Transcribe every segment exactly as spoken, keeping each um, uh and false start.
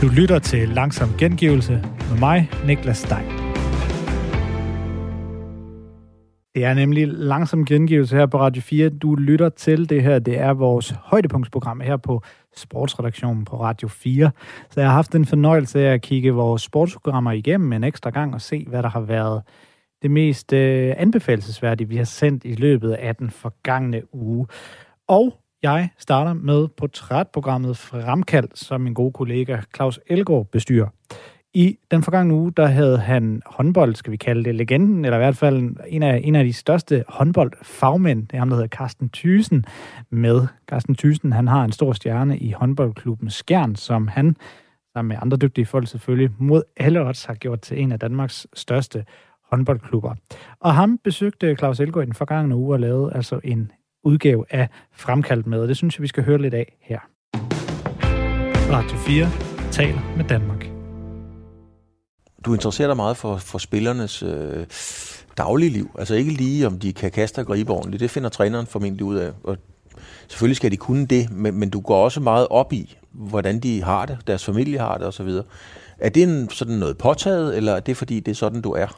Du lytter til Langsom Gengivelse med mig, Niklas Stein. Det er nemlig Langsom Gengivelse her på Radio fire. Du lytter til det her. Det er vores højdepunktsprogram her på Sportsredaktionen på Radio fire. Så jeg har haft en fornøjelse af at kigge vores sportsprogrammer igennem en ekstra gang og se, hvad der har været det mest øh, anbefalelsesværdige, vi har sendt i løbet af den forgangne uge. Og jeg starter med portrætprogrammet Fremkaldt, som min gode kollega Claus Elgaard bestyrer. I den forgangne uge, der havde han håndbold, skal vi kalde det, legenden, eller i hvert fald en af, en af de største håndboldfagmænd, det er ham, der hedder Carsten Thyssen, med. Carsten Thyssen, han har en stor stjerne i håndboldklubben Skjern, som han, sammen med andre dygtige folk selvfølgelig, mod alle odds har gjort til en af Danmarks største håndboldklubber. Og ham besøgte Claus Elgaard i den forgangne uge og lavede altså en udgave af Fremkaldt med, og det synes jeg, vi skal høre lidt af her. Radio fire taler med Danmark. Du interesserer dig meget for, for spillernes øh, dagligliv. Altså ikke lige, om de kan kaste og gribe ordentligt. Det finder træneren formentlig ud af. Og selvfølgelig skal de kunne det, men, men du går også meget op i, hvordan de har det, deres familie har det osv. Er det en, sådan noget påtaget, eller er det fordi, det er sådan, du er?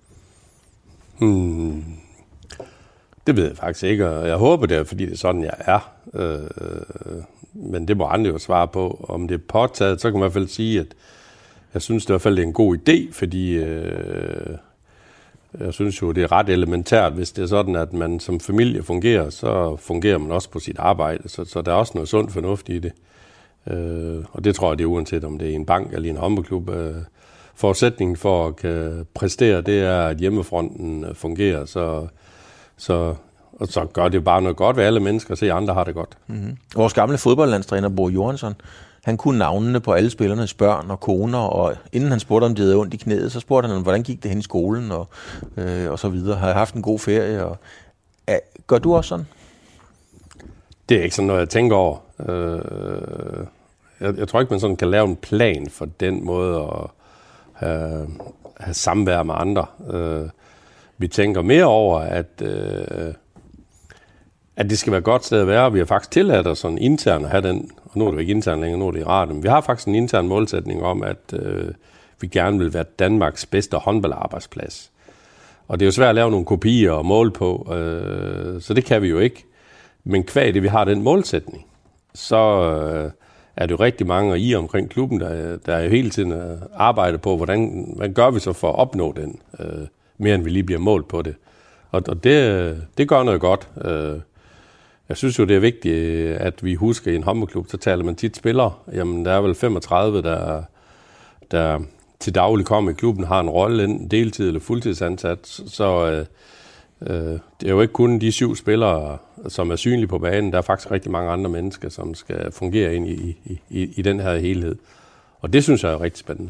Hmm. Det ved jeg faktisk ikke, og jeg håber det er, fordi det er sådan, jeg er. Øh, men det må andre jo svare på. Om det er påtaget, så kan man i hvert fald sige, at jeg synes det i hvert fald, det er en god idé, fordi øh, jeg synes jo, det er ret elementært, hvis det er sådan, at man som familie fungerer, så fungerer man også på sit arbejde, så, så der er også noget sundt fornuft i det. Øh, og det tror jeg, det er uanset om det er en bank eller en håndboldklub. Øh, forudsætningen for at kan præstere, det er, at hjemmefronten fungerer, så, så, og så gør det bare noget godt ved alle mennesker, og se, at andre har det godt. Mm-hmm. Vores gamle fodboldlandstræner, Bo Johansson, han kunne navnene på alle spillernes børn og koner, og inden han spurgte, om de havde ondt i knæet, så spurgte han, hvordan gik det hen i skolen, og, øh, og så videre. Har jeg haft en god ferie? Og, ja, gør du også sådan? Det er ikke sådan noget, jeg tænker over. Øh, jeg, jeg tror ikke, man sådan kan lave en plan for den måde at have, have samvær med andre. Øh, vi tænker mere over, at, øh, at det skal være et godt sted at være. Vi har faktisk tilladt os sådan intern at have den, og nu er det jo ikke intern længere, nu er det i radio, men vi har faktisk en intern målsætning om, at øh, vi gerne vil være Danmarks bedste håndboldarbejdsplads. Og det er jo svært at lave nogle kopier og måle på, øh, så det kan vi jo ikke. Men kvad det, vi har den målsætning, så øh, er det jo rigtig mange af I omkring klubben, der, der er jo hele tiden øh, arbejder på, hvordan, hvad gør vi så for at opnå den, øh, mere end vi lige bliver målt på det. Og, og det, det gør noget godt. Øh, jeg synes jo, det er vigtigt, at vi husker i en håndboldklub, så taler man tit spillere. Jamen, der er vel femogtredive, der, der til daglig kommer i klubben, har en rolle, enten deltid eller fuldtidsansat, så øh, øh, det er jo ikke kun de syv spillere, som er synlige på banen. Der er faktisk rigtig mange andre mennesker, som skal fungere ind i, i, i, i den her helhed. Og det synes jeg er rigtig spændende.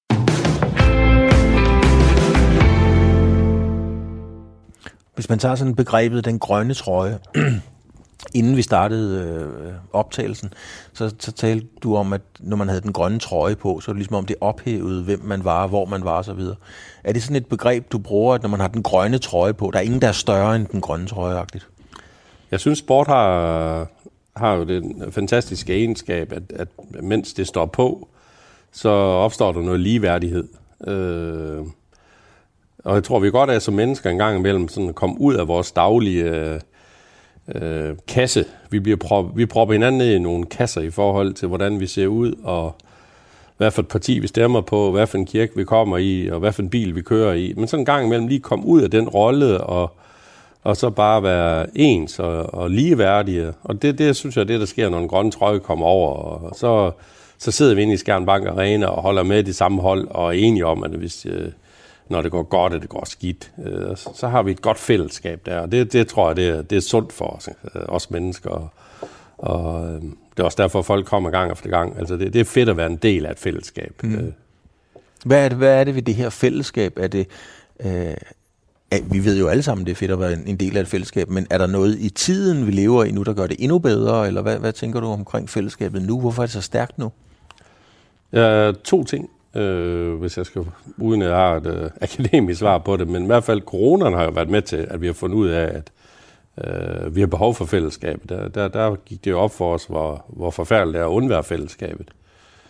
Hvis man tager sådan begrebet den grønne trøje, inden vi startede øh, optagelsen, så, så talte du om, at når man havde den grønne trøje på, så er det ligesom om det ophævede, hvem man var, hvor man var osv. Er det sådan et begreb, du bruger, at når man har den grønne trøje på, der er ingen, der er større end den grønne trøje-agtigt? Jeg synes, sport har, har jo den fantastiske egenskab, at, at mens det står på, så opstår der noget ligeværdighed. Øh, og jeg tror, vi godt er som mennesker en gang imellem sådan at komme ud af vores daglige øh, kasse. Vi, bliver prop, vi propper hinanden ned i nogle kasser i forhold til, hvordan vi ser ud, og hvad for et parti vi stemmer på, hvad for en kirke vi kommer i, og hvad for en bil vi kører i. Men sådan en gang imellem lige komme ud af den rolle, og, og så bare være ens og, og ligeværdige. Og det, det synes jeg er det, der sker, når en grønne trøje kommer over. Og så, så sidder vi inde i Skjern Bank Arena og holder med det samme hold, og er enige om, at hvis, når det går godt, og det går skidt, så har vi et godt fællesskab der. Og det, det tror jeg, det er, det er sundt for os, os mennesker. Og, og det er også derfor, folk kommer gang efter gang. Altså det, det er fedt at være en del af et fællesskab. Mm. Hvad er det, hvad er det ved det her fællesskab? Er det, øh, er, vi ved jo alle sammen, det er fedt at være en, en del af et fællesskab, men er der noget i tiden, vi lever i nu, der gør det endnu bedre? Eller hvad, hvad tænker du omkring fællesskabet nu? Hvorfor er det så stærkt nu? Ja, to ting, øh, hvis jeg skal, uden at jeg har et øh, akademisk svar på det, men i hvert fald coronaen har jo været med til, at vi har fundet ud af, at øh, vi har behov for fællesskabet. Der, der, der gik det jo op for os, hvor, hvor forfærdeligt det er at undvære fællesskabet.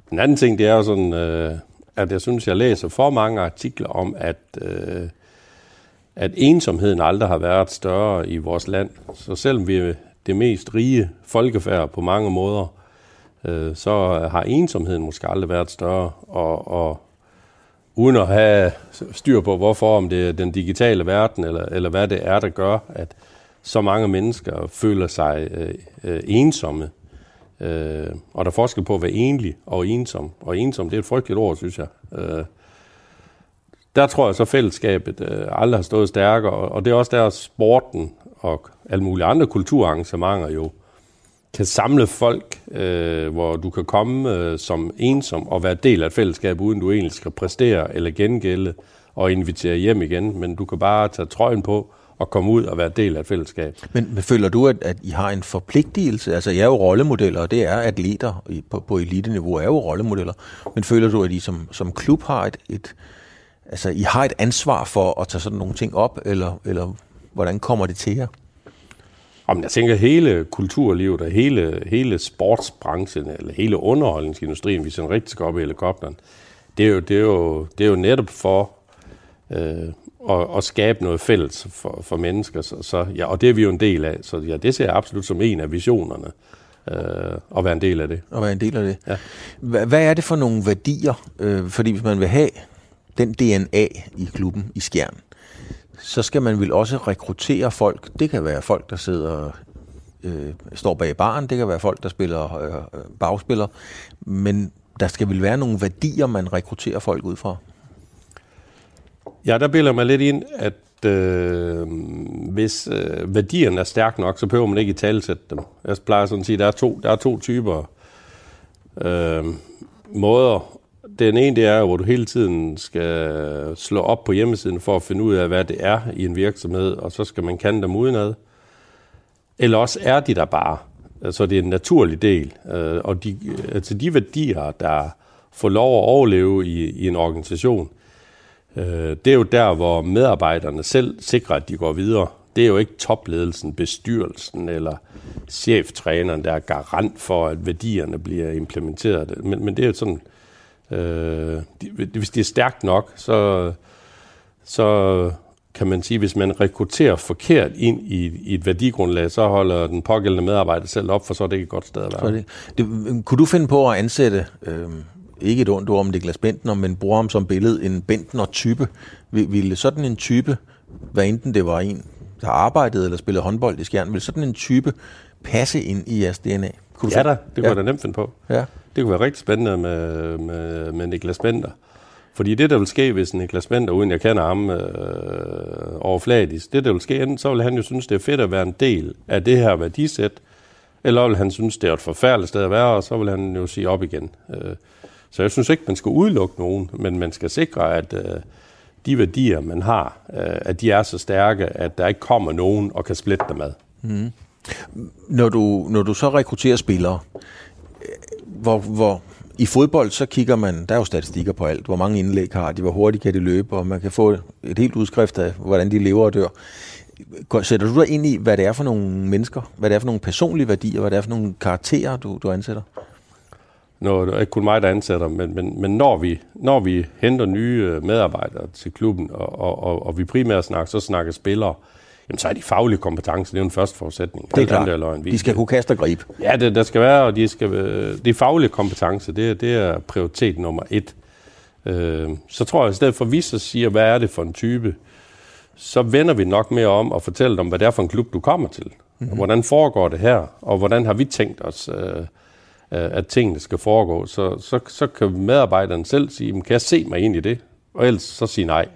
Den anden ting, det er jo sådan, øh, at jeg synes, jeg læser for mange artikler om, at, øh, at ensomheden aldrig har været større i vores land. Så selvom vi er det mest rige folkefærd på mange måder, øh, så har ensomheden måske aldrig været større. Og, og uden at have styr på, hvorfor, om det er den digitale verden, eller, eller hvad det er, der gør, at så mange mennesker føler sig øh, øh, ensomme. Øh, og der er forskel på at være enlig og ensom. Og ensom, det er et frygteligt ord, synes jeg. Øh, der tror jeg så, fællesskabet øh, aldrig har stået stærkere. Og, og det er også der, sporten og alle mulige andre kulturarrangementer jo kan samle folk, øh, hvor du kan komme øh, som ensom og være del af et fællesskab, uden du egentlig skal præstere eller gengælde og invitere hjem igen. Men du kan bare tage trøjen på og komme ud og være del af et fællesskab. Men, men føler du, at, at I har en forpligtelse? Altså, jeg er jo rollemodeller, og det er atleter på, på eliteniveau, er jo rollemodeller. Men føler du, at I som, som klub har et, et, altså, I har et ansvar for at tage sådan nogle ting op, eller, eller hvordan kommer det til jer? Jamen, jeg tænker, hele kulturlivet og hele, hele sportsbranchen, eller hele underholdningsindustrien, hvis man rigtig skal op i helikopteren, det er jo, det er jo, det er jo netop for øh, at, at skabe noget fælles for, for mennesker. Så, så, ja, og det er vi jo en del af. Så ja, det ser jeg absolut som en af visionerne, øh, at være en del af det. At være en del af det. Ja. Hvad er det for nogle værdier? Øh, fordi hvis man vil have den D N A i klubben, i Skjern, så skal man vel også rekruttere folk. Det kan være folk, der sidder, øh, står bag baren, det kan være folk, der spiller øh, bagspiller, men der skal vel være nogle værdier, man rekrutterer folk ud fra? Ja, der bilder mig lidt ind, at øh, hvis øh, værdierne er stærke nok, så behøver man ikke i talesætte dem. Jeg plejer sådan at sige, at der er to, der er to typer øh, måder. Den ene, det er, hvor du hele tiden skal slå op på hjemmesiden for at finde ud af, hvad det er i en virksomhed, og så skal man kende dem udenad. Eller også er de der bare. Altså, det er en naturlig del. Og de, altså de værdier, der får lov at overleve i, i en organisation, det er jo der, hvor medarbejderne selv sikrer, at de går videre. Det er jo ikke topledelsen, bestyrelsen eller cheftræneren, der er garant for, at værdierne bliver implementeret. Men, men det er jo sådan... Øh, hvis det er stærkt nok, så, så kan man sige, hvis man rekrutterer forkert ind i, i et værdigrundlag, så holder den pågældende medarbejder selv op, for så er det ikke et godt sted at være. Det. Det, kunne du finde på at ansætte, øh, ikke et ondt ord om Niklas Bendtner, men bruge ham som billede, en Bendtner-type? Ville sådan en type, hvad enten det var en, der arbejdede eller spillede håndbold i Skjern, ville sådan en type passe ind i jeres D N A? Kunne ja da, det kunne ja. jeg da nemt finde på. Ja. Det kunne være rigtig spændende med, med, med Niklas Bendtner. Fordi det, der vil ske, hvis Niklas Bendtner, uden jeg kender ham øh, overfladisk, det, der vil ske, enten så vil han jo synes, det er fedt at være en del af det her værdisæt, eller vil han synes, det er et forfærdeligt sted at være, og så vil han jo sige op igen. Øh, så jeg synes ikke, man skal udelukke nogen, men man skal sikre, at øh, de værdier, man har, øh, at de er så stærke, at der ikke kommer nogen og kan splitte dem ad. Mm. Når du, når du så rekrutterer spillere, hvor, hvor i fodbold så kigger man, der er jo statistikker på alt, hvor mange indlæg har de, hvor hurtigt kan de løbe, og man kan få et helt udskrift af, hvordan de lever og dør. Sætter du dig ind i, hvad det er for nogle mennesker, hvad det er for nogle personlige værdier, hvad det er for nogle karakterer, du, du ansætter? Nå, det er ikke kun mig, der ansætter, men, men, men når, vi, når vi henter nye medarbejdere til klubben, og, og, og, og vi primært snakker, så snakker spillere, jamen, så er de faglige kompetencer, det er jo en første forudsætning. Det er klart. De skal kunne kaste og gribe. Ja, det der skal være, og de skal de faglige kompetencer, det, det er prioritet nummer et. Øh, så tror jeg, i stedet for at vi så siger, hvad er det for en type, så vender vi nok mere om og fortæller dem, hvad det er for en klub, du kommer til. Mm-hmm. Og hvordan foregår det her, og hvordan har vi tænkt os, øh, at tingene skal foregå. Så, så, så kan medarbejderen selv sige, kan jeg se mig ind i det? Og ellers så sige nej.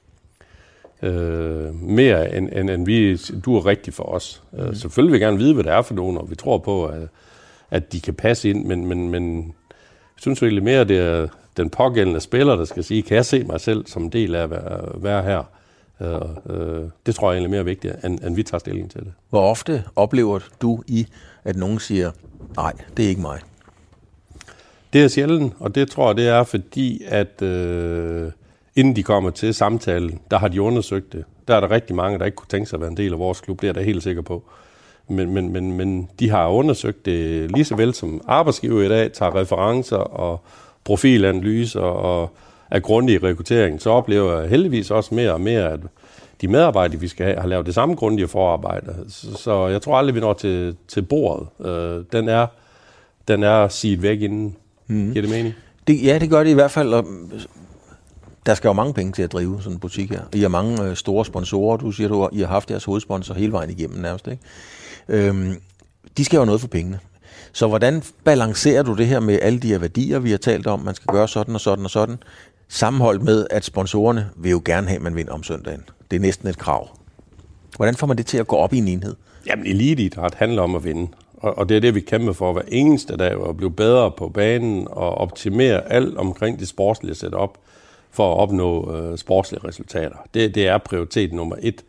Øh, mere end, end, end vi, du er rigtig for os. Mm. Øh, selvfølgelig vil vi gerne vide, hvad det er for nogen, og vi tror på, at, at de kan passe ind, men, men, men jeg synes virkelig mere, at det er den pågældende spiller, der skal sige, kan jeg se mig selv som en del af at være, være her? Øh, øh, det tror jeg egentlig er mere vigtigt, end, end vi tager stilling til det. Hvor ofte oplever du i, at nogen siger, nej, det er ikke mig? Det er sjældent, og det tror jeg, det er fordi, at øh, inden de kommer til samtalen, der har de undersøgt det. Der er der rigtig mange, der ikke kunne tænke sig at være en del af vores klub, det er jeg da helt sikker på. Men, men, men, men de har undersøgt det lige så vel som arbejdsgiver i dag, tager referencer og, profilanalyser og er grundig i rekrutteringen, så oplever jeg heldigvis også mere og mere, at de medarbejdere, vi skal have, har lavet det samme grundige forarbejde. Så, så jeg tror aldrig, vi når til, til bordet. Øh, den er, den er siget væk inden. Mm. Giver det mening? Det, ja, det gør det i hvert fald. Og der skal jo mange penge til at drive sådan en butik her. I har mange øh, store sponsorer. Du siger, du I har haft jeres hovedsponsor hele vejen igennem nærmest, ikke? Øhm, de skal jo noget for pengene. Så hvordan balancerer du det her med alle de her værdier, vi har talt om? Man skal gøre sådan og sådan og sådan. Sammenholdt med, at sponsorerne vil jo gerne have, at man vinder om søndagen. Det er næsten et krav. Hvordan får man det til at gå op i en enhed? Jamen, eliteidræt handler om at vinde. Og, og det er det, vi kæmper for hver eneste dag, at blive bedre på banen og optimere alt omkring det sportslige setup for at opnå øh, sportslige resultater. Det, det er prioritet nummer et.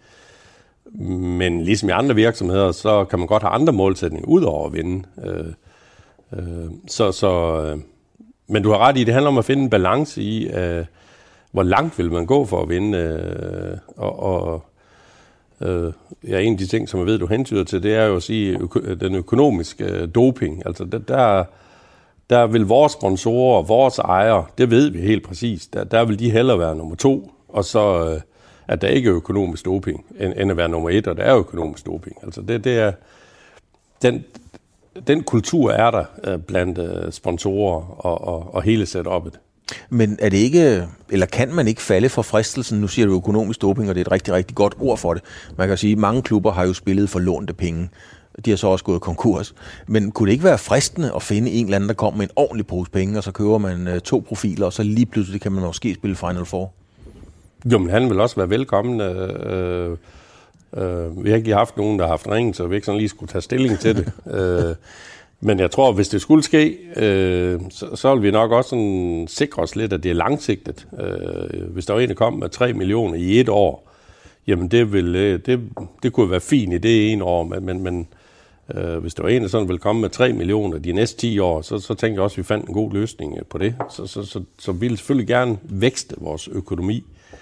Men ligesom i andre virksomheder, så kan man godt have andre målsætninger ud over at vinde. Øh, øh, så, så, øh, men du har ret i, det handler om at finde en balance i, øh, hvor langt vil man gå for at vinde. Øh, og, og øh, ja, en af de ting, som jeg ved, du hentyder til, det er jo at sige øko- den økonomiske øh, doping. Altså der, der vil vores sponsorer og vores ejere, det ved vi helt præcis, der, der vil de hellere være nummer to, og så øh, at der ikke er økonomisk doping, end, end at være nummer et, og der er økonomisk doping. Altså det, det er, den, den kultur er der øh, blandt øh, sponsorer og, og, og hele setup'et. Men er det ikke, eller kan man ikke falde for fristelsen? Nu siger du økonomisk doping, og det er et rigtig, rigtig godt ord for det. Man kan sige, at mange klubber har jo spillet for lånte penge. De har så også gået konkurs. Men kunne det ikke være fristende at finde en eller anden, der kommer med en ordentlig pose penge, og så køber man øh, to profiler, og så lige pludselig kan man måske spille Final Four? Jo, men han vil også være velkommen. Øh, øh, vi har ikke lige haft nogen, der har haft ringet, så vi ikke sådan lige skulle tage stilling til det. øh, men jeg tror, hvis det skulle ske, øh, så, så vil vi nok også sådan sikre os lidt, at det er langsigtet. Øh, hvis der var en, der kom med tre millioner i et år, jamen det, vil, det, det kunne være fint i det ene år, men, men, men øh, hvis der var en, der sådan ville komme med tre millioner de næste ti år, så, så tænker jeg også, at vi fandt en god løsning på det. Så, så, så, så vi vil selvfølgelig gerne vækste vores økonomi.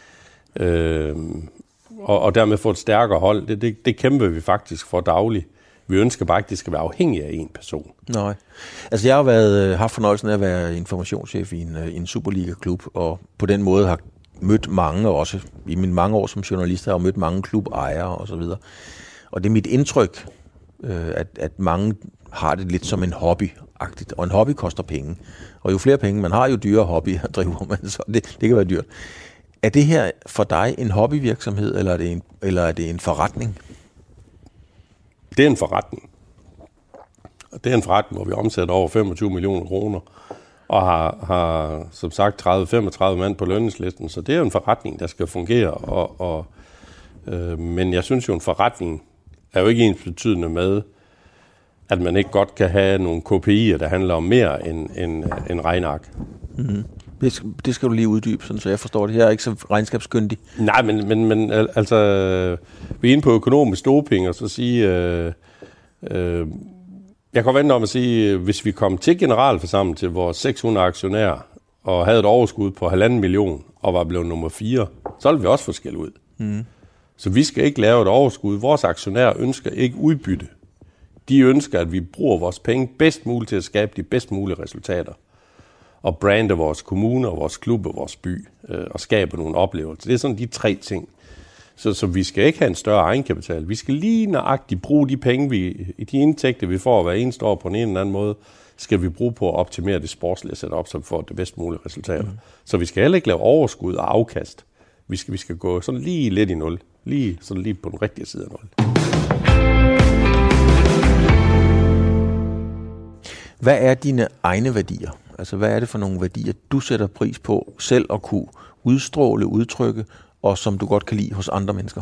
Øh, og, og dermed få et stærkere hold. Det, det, det kæmper vi faktisk for dagligt. Vi ønsker bare ikke, at det skal være afhængigt af en person. Nej. Altså jeg har været, haft fornøjelsen af at være informationschef i en, i en Superliga-klub, og på den måde har mødt mange, også i mine mange år som journalist, har jeg mødt mange klubejere og så videre. Og det er mit indtryk, øh, at, at mange har det lidt som en hobby-agtigt, og en hobby koster penge. Og jo flere penge man har, jo dyrere hobby driver man, så det, det kan være dyrt. Er det her for dig en hobbyvirksomhed, eller er det en, eller er det en forretning? Det er en forretning. Det er en forretning, hvor vi omsætter over femogtyve millioner kroner, og har, har som sagt tredive til femogtredive mand på lønningslisten. Så det er jo en forretning, der skal fungere. Og, og, øh, men jeg synes jo, en forretning er jo ikke ens betydende med, at man ikke godt kan have nogle K P I'er, der handler om mere end, end, end regnark. Mm-hmm. Det, det skal du lige uddybe, sådan, så jeg forstår det. Jeg er ikke så regnskabskyndig. Nej, men, men, men altså, vi er inde på økonomisk doping, og så sige, øh, øh, jeg kan vente om at sige, hvis vi kom til generalforsamling til vores seks hundrede aktionærer, og havde et overskud på halvanden million, og var blevet nummer fire, så ville vi også få skæld ud. Mm. Så vi skal ikke lave et overskud. Vores aktionærer ønsker ikke udbytte. De ønsker, at vi bruger vores penge bedst muligt til at skabe de bedst mulige resultater. Og brande vores kommune, og vores klub og vores by, øh, og skabe nogle oplevelser. Det er sådan de tre ting. Så, så vi skal ikke have en større egenkapital. Vi skal lige nøjagtigt bruge de penge, vi, de indtægter, vi får hver eneste år på en eller anden måde, skal vi bruge på at optimere det sportslige setup, så vi får det bedst mulige resultater. Mm. Så vi skal heller ikke lave overskud og afkast. Vi skal, vi skal gå sådan lige lidt i nul. Lige, sådan lige på den rigtige side af nul. Hvad er dine egne værdier? Altså, hvad er det for nogle værdier, du sætter pris på selv at kunne udstråle, udtrykke, og som du godt kan lide hos andre mennesker?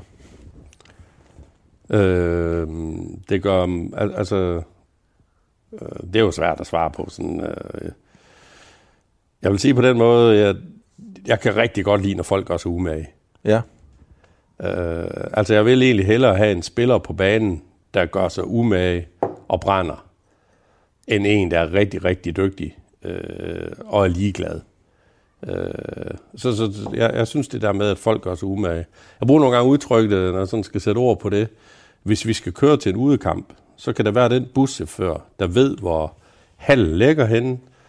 Øh, det gør, altså, øh, det er jo svært at svare på. Sådan, øh, jeg vil sige på den måde, jeg, jeg kan rigtig godt lide, når folk også er umage. Ja. Øh, altså, jeg vil egentlig hellere have en spiller på banen, der gør sig umage og brænder, end en, der er rigtig, rigtig dygtig øh, og er ligeglad. Øh, så så jeg, jeg synes det der med, at folk gør sig umage. Jeg bruger nogle gange udtrykket, når jeg sådan skal sætte ord på det. Hvis vi skal køre til en udekamp, så kan der være den buschauffør, der ved, hvor hallen ligger henne,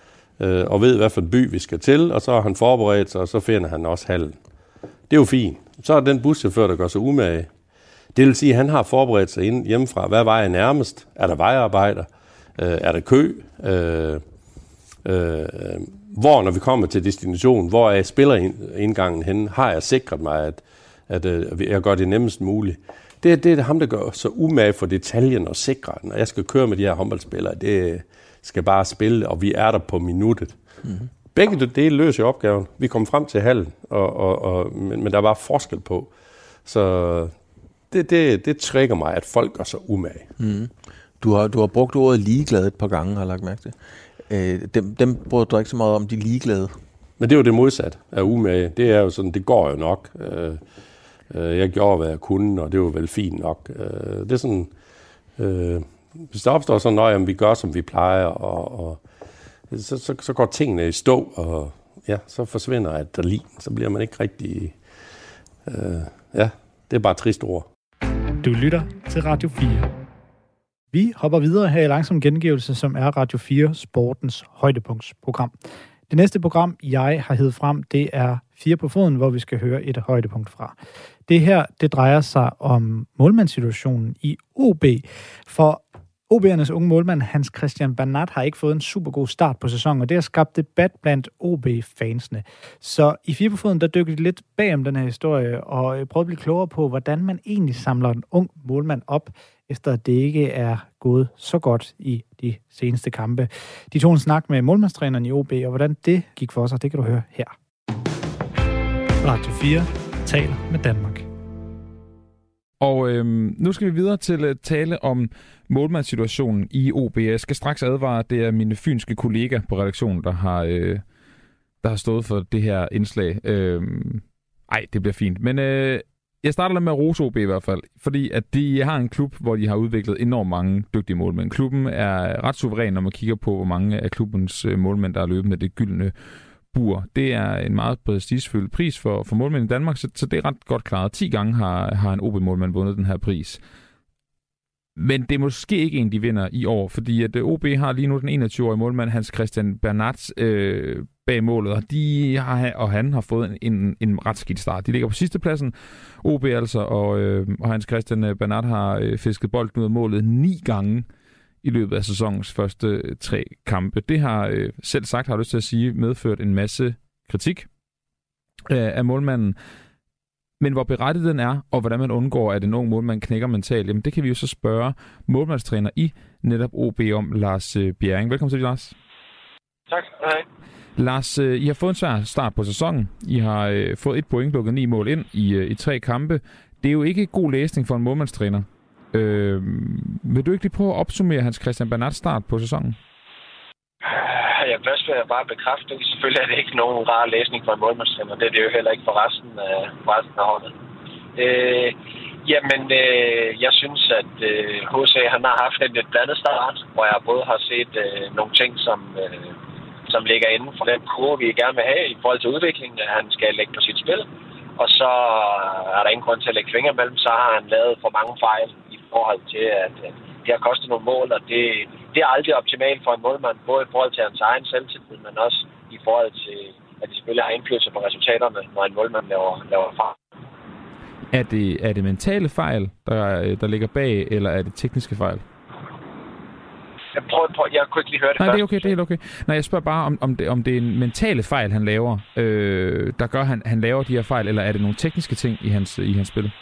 øh, og ved, hvad for en by vi skal til, og så har han forberedt sig, og så finder han også hallen. Det er jo fint. Så er den buschauffør, der går så umage. Det vil sige, at han har forberedt sig ind hjemmefra. Hvad vej er nærmest? Er der vejarbejder? Øh, er der kø? Øh, øh, hvor, når vi kommer til destinationen, hvor er spillerindgangen henne? Har jeg sikret mig, at, at, at jeg gør det nemmest muligt? Det, det er ham, der gør så umage for detaljen og sikrer, når jeg skal køre med de her håndboldspillere. Det skal bare spille, og vi er der på minuttet. Mm-hmm. Begge dele løser opgaven. Vi kom frem til hallen, og, og, og, men, men der var forskel på. Så det, det, det trigger mig, at folk gør så umage. Mm. Du har, du har brugt ordet ligeglade et par gange, har jeg lagt mærke til. Øh, dem, dem bruger du ikke så meget om, de ligeglade. Men det er jo det modsatte af umage. Det er jo sådan, det går jo nok. Øh, øh, jeg gjorde, hvad jeg kunne, og det var vel fint nok. Øh, det er sådan, øh, hvis der opstår sådan noget, at vi gør, som vi plejer, og, og så, så, så går tingene i stå, og ja, så forsvinder adrenalin. Så bliver man ikke rigtig... Øh, ja, det er bare et trist ord. Du lytter til Radio fire. Vi hopper videre her i Langsom Gengivelse, som er Radio fire Sportens højdepunktsprogram. Det næste program, jeg har hevet frem, det er Fire på foden, hvor vi skal høre et højdepunkt fra. Det her, det drejer sig om målmandssituationen i O B. For O B'ernes unge målmand Hans Christian Bernat har ikke fået en super god start på sæsonen, og det har skabt debat blandt O B-fansene. Så i Fire på foden, der dykker de lidt bag om den her historie, og prøver at blive klogere på, hvordan man egentlig samler en ung målmand op, efter at det ikke er gået så godt i de seneste kampe. De tog en snak med målmandstræneren i O B, og hvordan det gik for sig, det kan du høre her. Radio fire taler med Danmark. Og øhm, nu skal vi videre til at tale om målmandssituationen i O B. Jeg skal straks advare, at det er mine fynske kollega på redaktionen, der har, øh, der har stået for det her indslag. Øhm, ej, det bliver fint. Men øh, jeg starter med at rose O B i hvert fald, fordi at de har en klub, hvor de har udviklet enormt mange dygtige målmænd. Klubben er ret suveræn, når man kigger på, hvor mange af klubbens målmænd, der er løbet med det gyldne bur. Det er en meget prestigefyldt pris for, for målmænd i Danmark, så, så det er ret godt klaret. ti gange har, har en O B-målmand vundet den her pris. Men det er måske ikke en, de vinder i år, fordi at O B har lige nu den enogtyve-årige målmand Hans Christian Bernat øh, bag målet, og, de har, og han har fået en, en, en ret skidt start. De ligger på sidste pladsen, O B altså, og, øh, og Hans Christian Bernat har øh, fisket bolden ud af målet ni gange i løbet af sæsonens første tre kampe. Det har øh, selv sagt, har jeg lyst til at sige, medført en masse kritik øh, af målmanden. Men hvor berettiget den er, og hvordan man undgår, at en ung målmand knækker mentalt, jamen det kan vi jo så spørge målmandstræner i netop O B om, Lars Bjerring. Velkommen til dig, Lars. Tak. Hej. Lars, I har fået en svær start på sæsonen. I har øh, fået et point, lukket ni mål ind i, øh, i tre kampe. Det er jo ikke god læsning for en målmandstræner. Øh, vil du ikke lige prøve at opsummere Hans Christian Bernats start på sæsonen? Ja, først vil jeg bare bekræfte, at selvfølgelig er det ikke nogen rar læsning for en målmandstræner. Det er det jo heller ikke for resten af, resten af holdet. Øh, jamen, øh, jeg synes, at øh, H C han har haft en lidt blandet start, hvor jeg både har set øh, nogle ting, som, øh, som ligger inden for den kurve, vi gerne vil have i forhold til udviklingen, at han skal lægge på sit spil. Og så er der ingen grund til at lægge fingre mellem, så har han lavet for mange fejl i forhold til, at øh, det har kostet nogle mål, og det, det er aldrig optimalt for en målmand, både i forhold til hans egen selvtillid, men også i forhold til, at de spiller har indflydelse på resultaterne, når en målmand laver, laver fejl. Er det, er det mentale fejl, der, der ligger bag, eller er det tekniske fejl? Jeg, prøver, prøver, jeg kunne ikke lige høre det Nej, først. det er okay, det er helt okay. Nej, jeg spørger bare, om, om, det, om det er en mentale fejl, han laver, øh, der gør, han, han laver de her fejl, eller er det nogle tekniske ting i hans, i hans spil?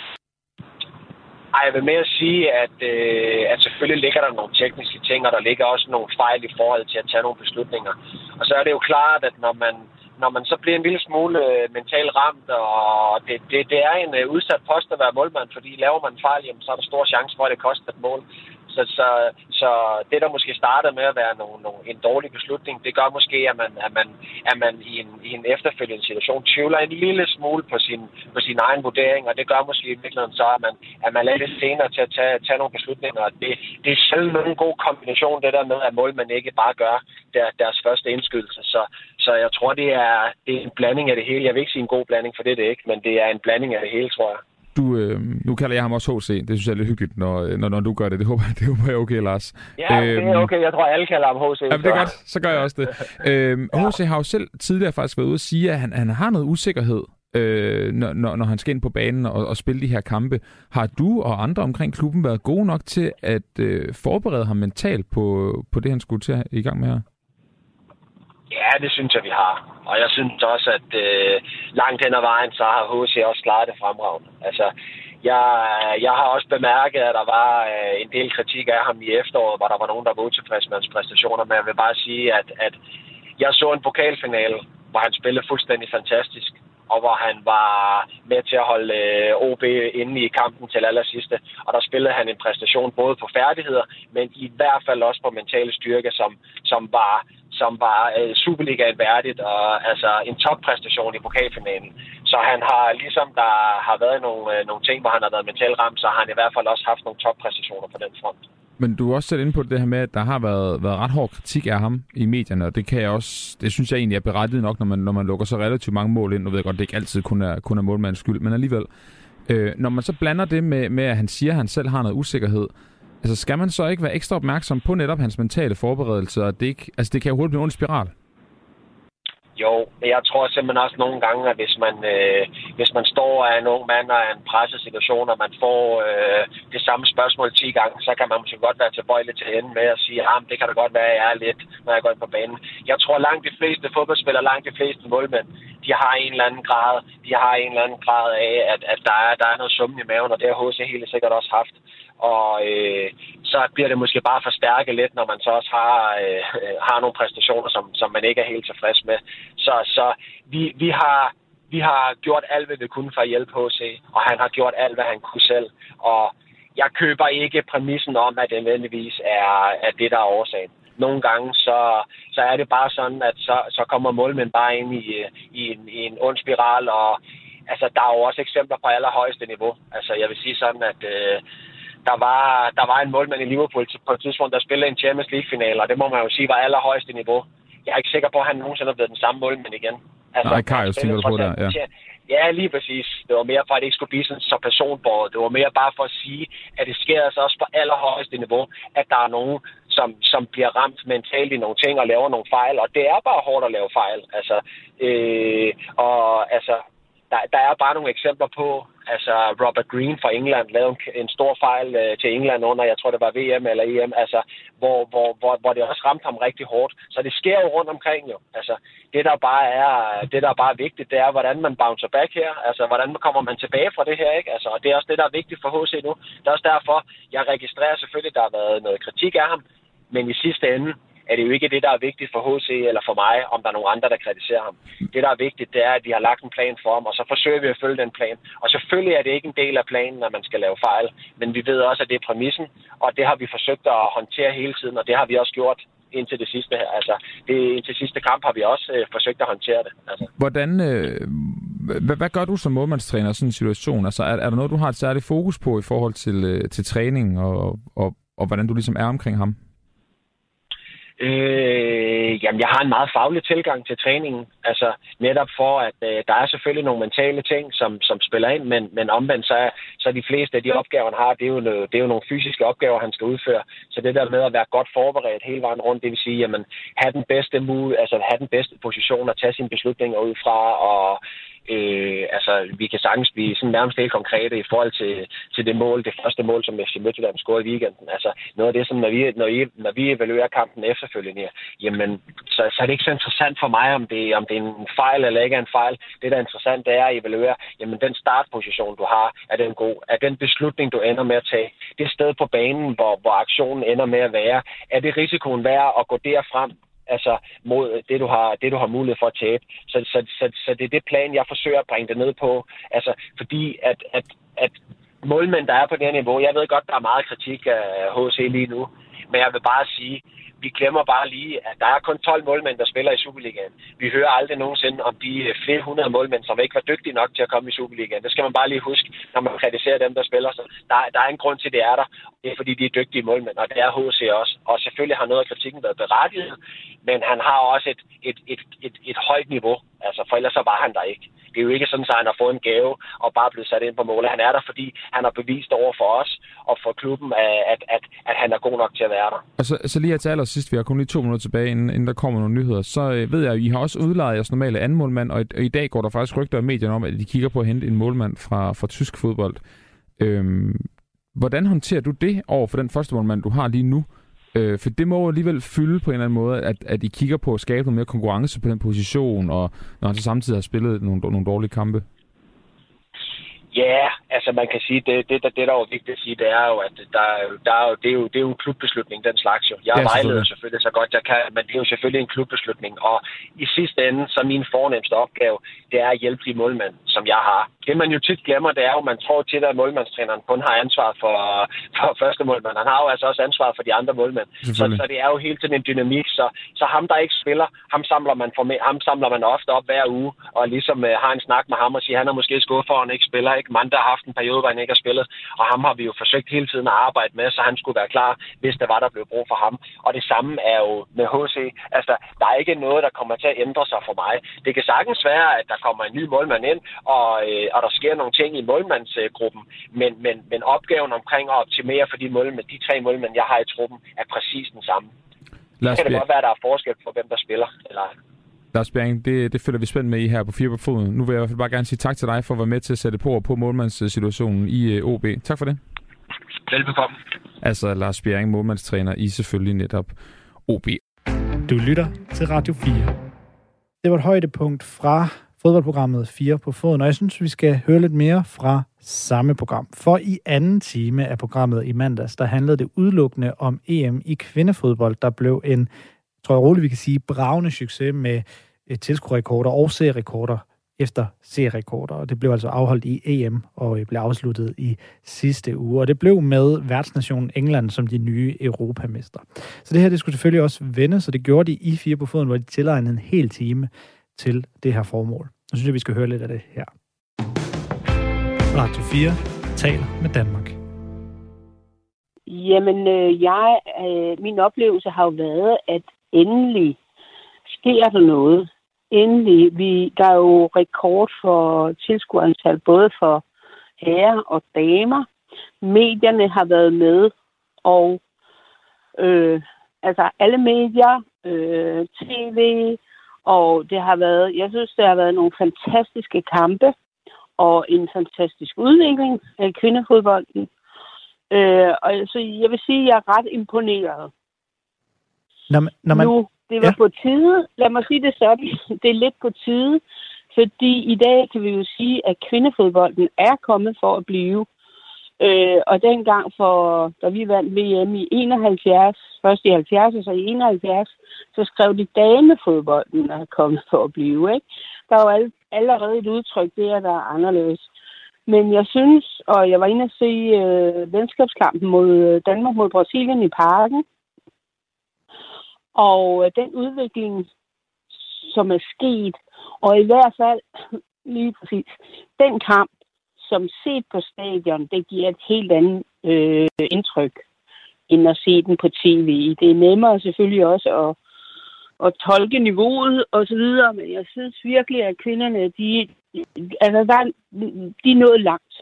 Ej, jeg vil mere sige, at, øh, at selvfølgelig ligger der nogle tekniske ting, og der ligger også nogle fejl i forhold til at tage nogle beslutninger. Og så er det jo klart, at når man, når man så bliver en lille smule øh, mentalt ramt, og det, det, det er en øh, udsat post at være målmand, fordi laver man en fejl, jamen, så er der stor chance for, at det koster et mål. Så, så, så det, der måske startede med at være nogle, nogle, en dårlig beslutning, det gør måske, at man, at man, at man i, en, i en efterfølgende situation tvivler en lille smule på sin, på sin egen vurdering, og det gør måske i virkeligheden så, at man, at man er lidt senere til at tage, tage nogle beslutninger. Det, det er selv en god kombination, det der med, at målmænd ikke bare gør der, deres første indskydelse. Så, så jeg tror, det er, det er en blanding af det hele. Jeg vil ikke sige en god blanding, for det er det ikke, men det er en blanding af det hele, tror jeg. Du, øh, nu kalder jeg ham også H C. Det synes jeg er lidt hyggeligt, når, når, når du gør det. Det håber, det håber jeg er okay, Lars. Ja, øhm, det er okay. Jeg tror, alle kalder ham H C. Jamen, det er godt. Så gør jeg også det. øhm, ja. H C har jo selv tidligere faktisk været ude at sige, at han, han har noget usikkerhed, øh, når, når, når han skal ind på banen og, og spille de her kampe. Har du og andre omkring klubben været gode nok til at øh, forberede ham mentalt på, på det, han skulle til i gang med her? Ja, det synes jeg, vi har. Og jeg synes også, at øh, langt hen ad vejen, så har H C også klaret det fremragende. Altså, jeg, jeg har også bemærket, at der var øh, en del kritik af ham i efteråret, hvor der var nogen, der var utilfredse med hans præstationer. Men jeg vil bare sige, at, at jeg så en pokalfinale, hvor han spillede fuldstændig fantastisk. Og hvor han var med til at holde øh, O B inde i kampen til allersidste. Og der spillede han en præstation både på færdigheder, men i hvert fald også på mentale styrke, som, som var, som var øh, Superligaen værdigt, og altså en toppræstation i pokalfinalen. Så han har, ligesom der har været nogle, øh, nogle ting, hvor han har været mentalt ramt, så har han i hvert fald også haft nogle toppræstationer på den front. Men du er også selv inde på det her med, at der har været, været ret hård kritik af ham i medierne, og det kan jeg også, det synes jeg egentlig er berettiget nok, når man, når man lukker så relativt mange mål ind. Nu ved jeg godt, det ikke altid kun er, kun er målmandens skyld, men alligevel. Øh, når man så blander det med, med, at han siger, at han selv har noget usikkerhed, altså skal man så ikke være ekstra opmærksom på netop hans mentale forberedelser? Det, ikke, altså det kan jo hurtigt blive en ond spiral. Jo, men jeg tror simpelthen også nogle gange, at hvis man, øh, hvis man står af en ung mand og er en presset situation, og man får øh, det samme spørgsmål ti gange, så kan man måske godt være tilbøjelig til at ende med at sige, at ah, det kan da godt være, at jeg er lidt, når jeg går ind på banen. Jeg tror langt de fleste fodboldspillere, langt de fleste målmænd, de har en eller anden grad, de har en eller anden grad af, at, at der, er, der er noget summen i maven, og det har H C helt sikkert også haft. Og øh, så bliver det måske bare forstærket lidt, når man så også har, øh, har nogle præstationer, som, som man ikke er helt tilfreds med. Så, så vi, vi, har, vi har gjort alt, hvad vi kunne for at hjælpe H C, og han har gjort alt, hvad han kunne selv. Og jeg køber ikke præmissen om, at det nødvendigvis er, er det, der er årsagen. Nogle gange, så, så er det bare sådan, at så, så kommer målmænd bare ind i, i, en, i en ond spiral, og altså, der er jo også eksempler på allerhøjeste niveau. Altså, jeg vil sige sådan, at øh, der, var, der var en målmand i Liverpool på et tidspunkt, der spillede en Champions League-finale, og det må man jo sige var allerhøjeste niveau. Jeg er ikke sikker på, at han nogensinde er blevet den samme målmand igen. Altså, Nej, Karius tænker du på der, ja. Ja, lige præcis. Det var mere for, at det ikke skulle blive sådan så personbåret. Det var mere bare for at sige, at det sker altså også på allerhøjeste niveau, at der er nogen, som, som bliver ramt mentalt i nogle ting og laver nogle fejl. Og det er bare hårdt at lave fejl. Altså, øh, og altså, der, der er bare nogle eksempler på, altså Robert Green fra England lavede en, en stor fejl øh, til England under, jeg tror det var V M eller E M, altså hvor, hvor, hvor, hvor det også ramte ham rigtig hårdt. Så det sker jo rundt omkring jo. Altså det der bare er, det der bare er vigtigt, det er hvordan man bouncer back her. Altså hvordan kommer man tilbage fra det her, ikke? Altså og det er også det der er vigtigt for H C nu. Det er også derfor jeg registrerer selvfølgelig, der har været noget kritik af ham, men i sidste ende er det jo ikke det, der er vigtigt for H C eller for mig, om der er nogen andre, der kritiserer ham. Det, der er vigtigt, det er, at vi har lagt en plan for ham, og så forsøger vi at følge den plan. Og selvfølgelig er det ikke en del af planen, når man skal lave fejl, men vi ved også, at det er præmissen, og det har vi forsøgt at håndtere hele tiden, og det har vi også gjort indtil det sidste her. Altså, det, indtil sidste kamp har vi også øh, forsøgt at håndtere det. Altså. Hvordan, øh, hvad, hvad gør du som målmandstræner i sådan en situation? Altså, er, er der noget, du har et særligt fokus på i forhold til, øh, til træning, og, og, og hvordan du ligesom er omkring ham? Øh, jamen, jeg har en meget faglig tilgang til træningen. Altså, netop for, at øh, der er selvfølgelig nogle mentale ting, som, som spiller ind, men, men omvendt, så er, så er de fleste af de opgaver, han har, det er, jo, det er jo nogle fysiske opgaver, han skal udføre. Så det der med at være godt forberedt hele vejen rundt, det vil sige, jamen, have den bedste mulighed, altså have den bedste position at tage sine beslutninger ud fra, og Øh, altså, vi kan sagtens blive sådan nærmest helt konkrete i forhold til, til det mål, det første mål, som F C Midtjylland scorede i weekenden. Altså, noget af det, som når vi, når I, når vi evaluerer kampen efterfølgende, jamen, så, så er det ikke så interessant for mig, om det, om det er en fejl eller ikke er en fejl. Det, der er interessant, det er at evaluere, jamen, den startposition, du har, er den god? Er den beslutning, du ender med at tage? Det sted på banen, hvor, hvor aktionen ender med at være, er det risikoen værd at gå derfrem? Altså mod det du har det du har mulighed for at tabe. Så, så, så, så det er det plan, jeg forsøger at bringe det ned på. Altså fordi at, at, at målmænd, der er på det her niveau, jeg ved godt, der er meget kritik af H C lige nu, men jeg vil bare sige, vi glemmer bare lige, at der er kun tolv målmænd, der spiller i Superligaen. Vi hører aldrig nogensinde om de flere hundrede målmænd, som ikke var dygtige nok til at komme i Superligaen. Det skal man bare lige huske, når man kritiserer dem, der spiller. Så der, der er en grund til, at det er der. Det er, fordi de er dygtige målmænd, og det er H C også. Og selvfølgelig har noget af kritikken været berettiget, men han har også et, et, et, et, et højt niveau. Altså, for ellers så var han der ikke. Det er jo ikke sådan, at han har fået en gave og bare blevet sat ind på målet. Han er der, fordi han har bevist over for os og for klubben, at, at, at han er god nok til at være der. Og så, så lige her til allersidst, vi har kun lige to minutter tilbage, inden, inden der kommer nogle nyheder, så øh, ved jeg, at I har også udlejet jeres normale anden målmand, og i, og i dag går der faktisk rygter i medierne om, at de kigger på at hente en målmand fra, fra tysk fodbold. Øhm, hvordan håndterer du det over for den første målmand, du har lige nu? Øh, for det må jo alligevel fylde på en eller anden måde, at, at I kigger på at skabe noget mere konkurrence på den position, og når han så samtidig har spillet nogle, nogle dårlige kampe. Ja, yeah, altså man kan sige, det, det, det, det der er jo vigtigt at sige, det er jo, at der, der er jo, det, er jo, det er jo en klubbeslutning, den slags jo. Jeg ja, vejleder selvfølgelig så godt jeg kan, men det er jo selvfølgelig en klubbeslutning. Og i sidste ende, så min fornemmeste opgave, det er at hjælpe de målmænd, som jeg har. Det man jo tit glemmer, det er jo, at man tror tit, at målmandstræneren kun har ansvar for, for første målmand. Han har jo altså også ansvar for de andre målmænd. Så, så det er jo hele tiden en dynamik. Så, så ham, der ikke spiller, ham samler man, for, ham samler man ofte op hver uge, og ligesom uh, har en snak med ham og siger, han er måske skuffet for, at han ikke spiller. Ikke? Manda har haft en periode, hvor han ikke har spillet, og ham har vi jo forsøgt hele tiden at arbejde med, så han skulle være klar, hvis der var, der blev brug for ham. Og det samme er jo med H C. Altså, der er ikke noget, der kommer til at ændre sig for mig. Det kan sagtens være, at der kommer en ny målmand ind, og, øh, og der sker nogle ting i målmandsgruppen, men, men, men opgaven omkring at optimere for de målmænd, de tre målmænd, jeg har i truppen, er præcis den samme. Det kan det godt være, at der er forskel på, hvem der spiller, eller Lars Bjerring, det, det følger vi spændt med i her på Fire på Foden. Nu vil jeg i hvert fald bare gerne sige tak til dig for at være med til at sætte på på målmandssituationen i O B. Tak for det. Velbekomme. Altså Lars Bjerring, målmandstræner i selvfølgelig netop O B. Du lytter til Radio fire. Det var et højdepunkt fra fodboldprogrammet Fire på Foden, og jeg synes, vi skal høre lidt mere fra samme program. For i anden time af programmet i mandags, der handlede det udelukkende om E M i kvindefodbold, der blev en, tror jeg roligt, vi kan sige, bragende succes med tilskuerrekorder og serierekorder efter serierekorder. Og det blev altså afholdt i E M og blev afsluttet i sidste uge. Og det blev med værtsnationen England som de nye europamestre. Så det her, det skulle selvfølgelig også vende, så det gjorde de i Fire på Foden, hvor de tilegnede en hel time til det her formål. Nu synes jeg, vi skal høre lidt af det her. Radio fire taler med Danmark. Jamen, øh, jeg, øh, min oplevelse har jo været, at endelig sker der noget. Endelig. Vi, der er jo rekord for tilskuerantal, både for herrer og damer. Medierne har været med, og øh, altså alle medier, øh, tv, og det har været, jeg synes, det har været nogle fantastiske kampe, og en fantastisk udvikling af kvindefodbolden. Øh, og så jeg vil sige, at jeg er ret imponeret. Når man, når man, nu, det var ja. på tide. Lad mig sige det sådan. Det er lidt på tide, fordi i dag kan vi jo sige, at kvindefodbolden er kommet for at blive. Øh, og dengang, for, da vi vandt V M i enoghalvfjerds, først i halvfjerds og så i enoghalvfjerds, så skrev de damefodbolden er kommet for at blive. Ikke? Der er jo all, allerede et udtryk der, der er anderledes. Men jeg synes, og jeg var inde at se øh, venskabskampen mod Danmark mod Brasilien i Parken, og øh, den udvikling, som er sket, og i hvert fald lige præcis den kamp, som set på stadion, det giver et helt andet øh, indtryk, end at se den på tv. Det er nemmere selvfølgelig også at, at tolke niveauet og så videre, men jeg synes virkelig, at kvinderne, de, altså der, de er nået langt.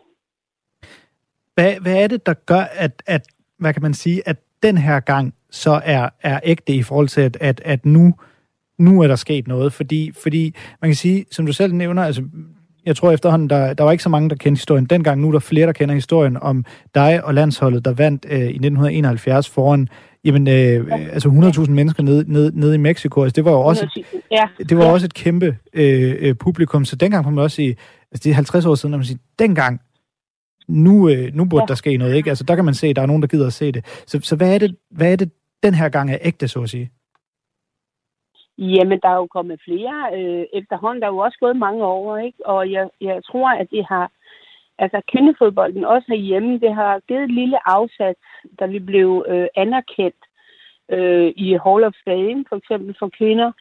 Hvad, hvad er det, der gør, at, at, hvad kan man sige, at den her gang så er, er ægte i forhold til, at, at, at nu, nu er der sket noget? Fordi, fordi man kan sige, som du selv nævner, altså jeg tror efterhånden, der, der var ikke så mange, der kendte historien dengang. Nu er der flere, der kender historien om dig og landsholdet, der vandt øh, i nitten enoghalvfjerds foran jamen, øh, ja. altså hundrede tusind mennesker nede, nede, nede i Mexico. Altså, det var jo også et, ja. det var ja. også et kæmpe øh, publikum. Så dengang kan man også sige, altså det er halvtreds år siden, når man siger, dengang, nu, øh, nu burde ja. der ske noget. Ikke? Altså der kan man se, at der er nogen, der gider at se det. Så, så hvad, er det, hvad er det, den her gang er ægte, så at sige? Jamen, der er jo kommet flere øh, efterhånden. Der er jo også gået mange år, ikke? Og jeg, jeg tror, at det har... Altså, kvindefodbolden også herhjemme, det har givet et lille afsat, da vi blev øh, anerkendt øh, i Hall of Fame, for eksempel for kvinder,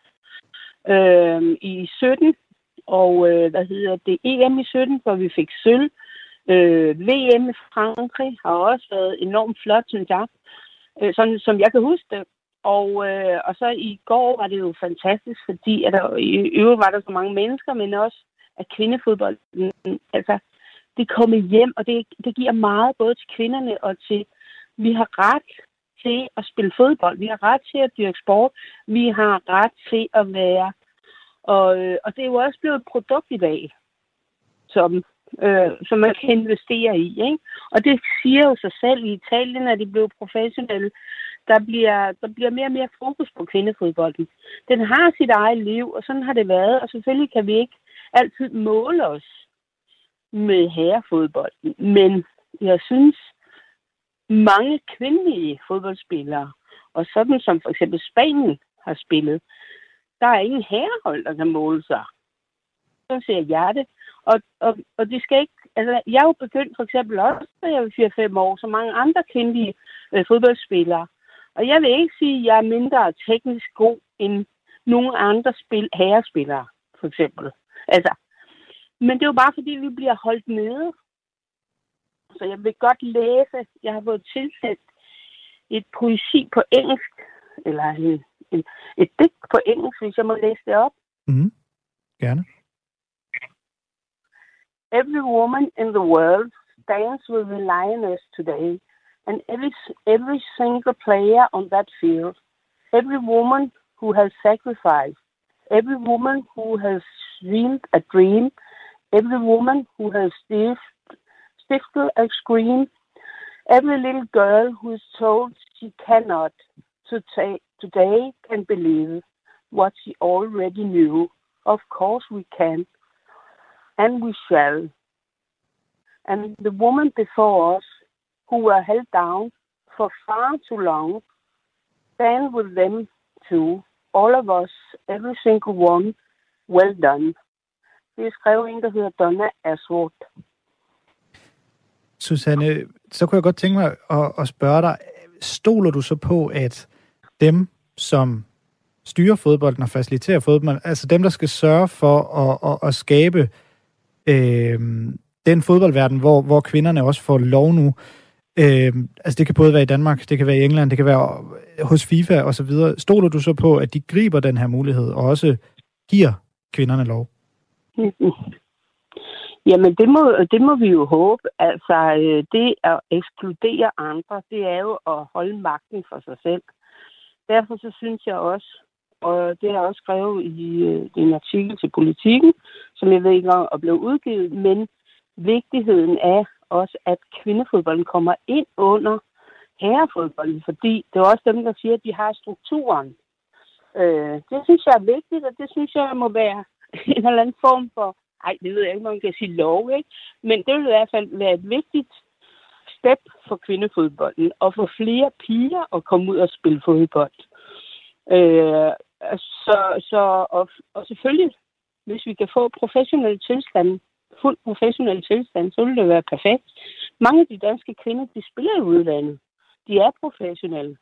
øh, i sytten. Og, øh, hvad hedder det, E M i sytten, hvor vi fik sølv. Øh, V M i Frankrig har også været enormt flot, synes jeg. Øh, sådan som jeg kan huske det. Og, øh, og så i går var det jo fantastisk, fordi at der, i øvrigt var der så mange mennesker, men også at kvindefodbold, altså det kommer hjem, og det, det giver meget både til kvinderne og til, vi har ret til at spille fodbold, vi har ret til at dyrke sport, vi har ret til at være, og, og det er jo også blevet et produkt i dag, som, øh, som man kan investere i, ikke? Og det siger jo sig selv, i Italien er de blevet professionelle. Der bliver, der bliver mere og mere fokus på kvindefodbolden. Den har sit eget liv, og sådan har det været. Og selvfølgelig kan vi ikke altid måle os med herrefodbolden. Men jeg synes, mange kvindelige fodboldspillere, og sådan som for eksempel Spanien har spillet, der er ingen herrehold, der kan måle sig. Så ser jeg det. Og, og, og det skal ikke... Altså, jeg er jo begyndt for eksempel også, da jeg var fire fem år, så mange andre kvindelige øh, fodboldspillere. Og jeg vil ikke sige, at jeg er mindre teknisk god end nogle andre spil, herrespillere, for eksempel. Altså, men det er jo bare fordi, vi bliver holdt nede. Så jeg vil godt læse. Jeg har fået tilsendt et poesi på engelsk, eller en, en, et digt på engelsk, hvis jeg må læse det op. Mm-hmm. Gerne. Every woman in the world stands with the lioness today. And every, every single player on that field, every woman who has sacrificed, every woman who has dreamed a dream, every woman who has stifted a scream, every little girl who is told she cannot today can believe what she already knew. Of course we can, and we shall. And the woman before us, who were held down for far too long, stand with them too, all of us, every single one, well done. Det er skrevet en, der hedder Donna Ashworth. Susanne, så kunne jeg godt tænke mig at, at spørge dig, stoler du så på, at dem, som styrer fodbolden og faciliterer fodbolden, altså dem, der skal sørge for at, at, at skabe øh, den fodboldverden, hvor, hvor kvinderne også får lov nu, Øh, altså det kan både være i Danmark, det kan være i England, det kan være hos FIFA og så videre. Stoler du så på, at de griber den her mulighed og også giver kvinderne lov? Mm-hmm. Jamen det må, det må vi jo håbe. Altså det at ekskludere andre, det er jo at holde magten for sig selv. Derfor så synes jeg også, og det har jeg også skrevet i, i en artikel til Politikken, som jeg ved ikke om er blevet udgivet, men vigtigheden af også, at kvindefodbolden kommer ind under herrefodbolden, fordi det er også dem, der siger, at de har strukturen. Øh, det synes jeg er vigtigt, og det synes jeg må være en eller anden form for, ej, det ved jeg ikke, man kan sige lov, ikke? Men det vil i hvert fald være et vigtigt step for kvindefodbolden, og for flere piger at komme ud og spille fodbold. Øh, så, så, og, og selvfølgelig, hvis vi kan få professionelle tilstande, fuldt professionel tilstand, så vil det være perfekt. Mange af de danske kvinder, de spiller i udlandet. De er professionelle.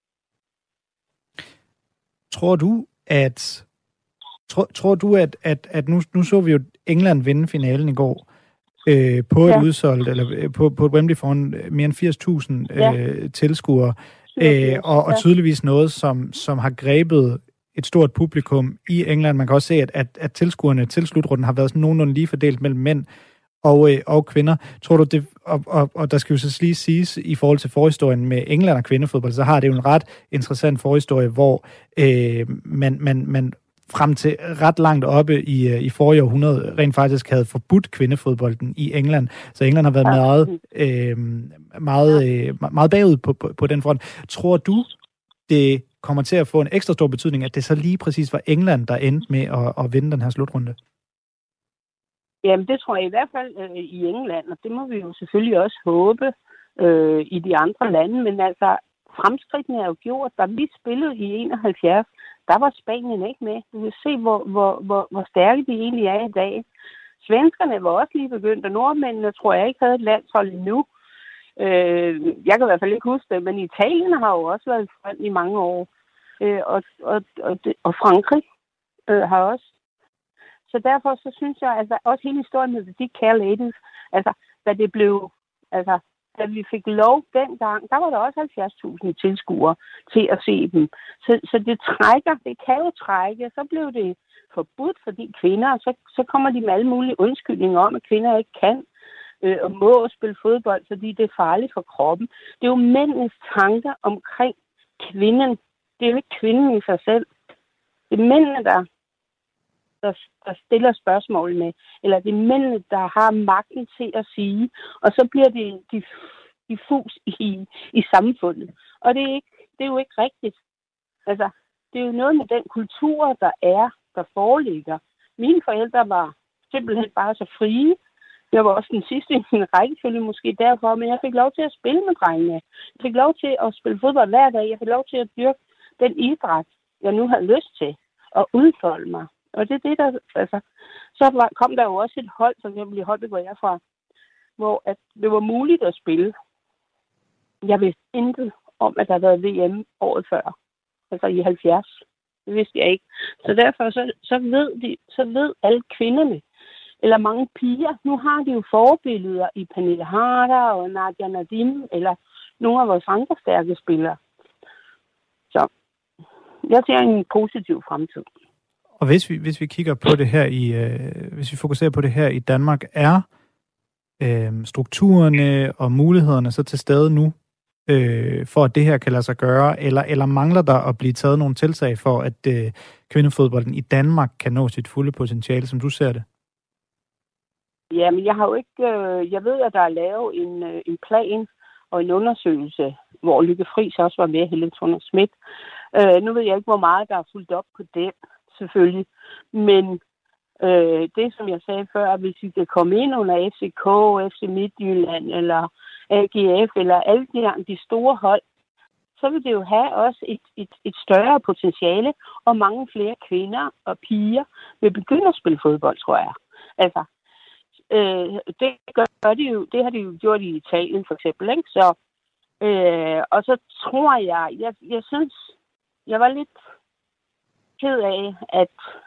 Tror du, at tror, tror du, at, at, at nu, nu så vi jo England vinde finalen i går øh, på et ja. udsolgt, eller på, på et Wembley foran mere end firs tusind ja. øh, tilskuere, øh, og, og tydeligvis noget, som, som har grebet et stort publikum i England. Man kan også se, at, at, at tilskuerne til slutrunden har været sådan nogenlunde lige fordelt mellem mænd og, øh, og kvinder. Tror du det, og, og, og der skal jo så lige siges, i forhold til forhistorien med England og kvindefodbold, så har det jo en ret interessant forhistorie, hvor øh, man, man, man frem til ret langt oppe i, i forrige århundrede rent faktisk havde forbudt kvindefodbolden i England. Så England har været meget, øh, meget, øh, meget bagud på, på, på den front. Tror du, det kommer til at få en ekstra stor betydning, at det så lige præcis var England, der endte med at, at vinde den her slutrunde? Jamen, det tror jeg i hvert fald øh, i England, og det må vi jo selvfølgelig også håbe øh, i de andre lande, men altså, fremskridtene er jo gjort. Da vi spillede i enoghalvfjerds, der var Spanien ikke med. Du kan se, hvor, hvor, hvor, hvor stærke de egentlig er i dag. Svenskerne var også lige begyndt, og nordmændene tror jeg ikke havde et landshold endnu. Øh, jeg kan i hvert fald ikke huske det, men Italien har jo også været frem i mange år, øh, og, og, og, og Frankrig øh, har også. Så derfor så synes jeg, altså også hele historien med de Care Ladies, altså da det blev, altså da vi fik lov dengang, der var der også halvfjerds tusind tilskuere til at se dem. Så, så det trækker, det kan jo trække. Så blev det forbudt for de kvinder, og så, så kommer de med alle mulige undskyldninger om, at kvinder ikke kan øh, og må spille fodbold, fordi det er farligt for kroppen. Det er jo mændenes tanker omkring kvinden. Det er jo ikke kvinden i sig selv. Det er mændene, der, der, der stiller spørgsmål med, eller det er mændene, der har magten til at sige, og så bliver det diffus i, i samfundet. Og det er, ikke, det er jo ikke rigtigt. Altså, det er jo noget med den kultur, der er, der foreligger. Mine forældre var simpelthen bare så frie. Jeg var også den sidste i min rækkefølge måske derfor, men jeg fik lov til at spille med drengene. Jeg fik lov til at spille fodbold hver dag. Jeg fik lov til at dyrke den idræt, jeg nu har lyst til at udfolde mig. Og det er det, der... Altså, så var, kom der jo også et hold, som jeg blev holdt, hvor jeg fra, hvor at det var muligt at spille. Jeg vidste intet om, at der havde været V M året før. Altså i halvfjerds. Det vidste jeg ikke. Så derfor så, så, ved de, så ved alle kvinderne, eller mange piger, nu har de jo forbilleder i Pernille Harder og Nadia Nadim, eller nogle af vores andre stærke spillere. Så jeg ser en positiv fremtid. Og hvis vi, hvis vi kigger på det her i, øh, hvis vi fokuserer på det her i Danmark, er øh, strukturerne og mulighederne så til stede nu, øh, for at det her kan lade sig gøre, eller, eller mangler der at blive taget nogle tiltag for, at øh, kvindefodbolden i Danmark kan nå sit fulde potentiale, som du ser det? Ja, men jeg har jo ikke, øh, jeg ved, at der er lavet en, øh, en plan og en undersøgelse, hvor Lykke Friis også var med, Helle Thorning-Schmidt. Øh, nu ved jeg ikke, hvor meget der er fulgt op på den, selvfølgelig. Men øh, det, som jeg sagde før, at hvis vi kan komme ind under F C K, F C Midtjylland eller A G F eller alle de, de store hold, så vil det jo have også et, et, et større potentiale, og mange flere kvinder og piger vil begynde at spille fodbold, tror jeg. Altså, øh, det gør de jo, det har de jo gjort i Italien for eksempel, ikke? Så, øh, og så tror jeg, jeg, jeg synes, jeg var lidt ked af, at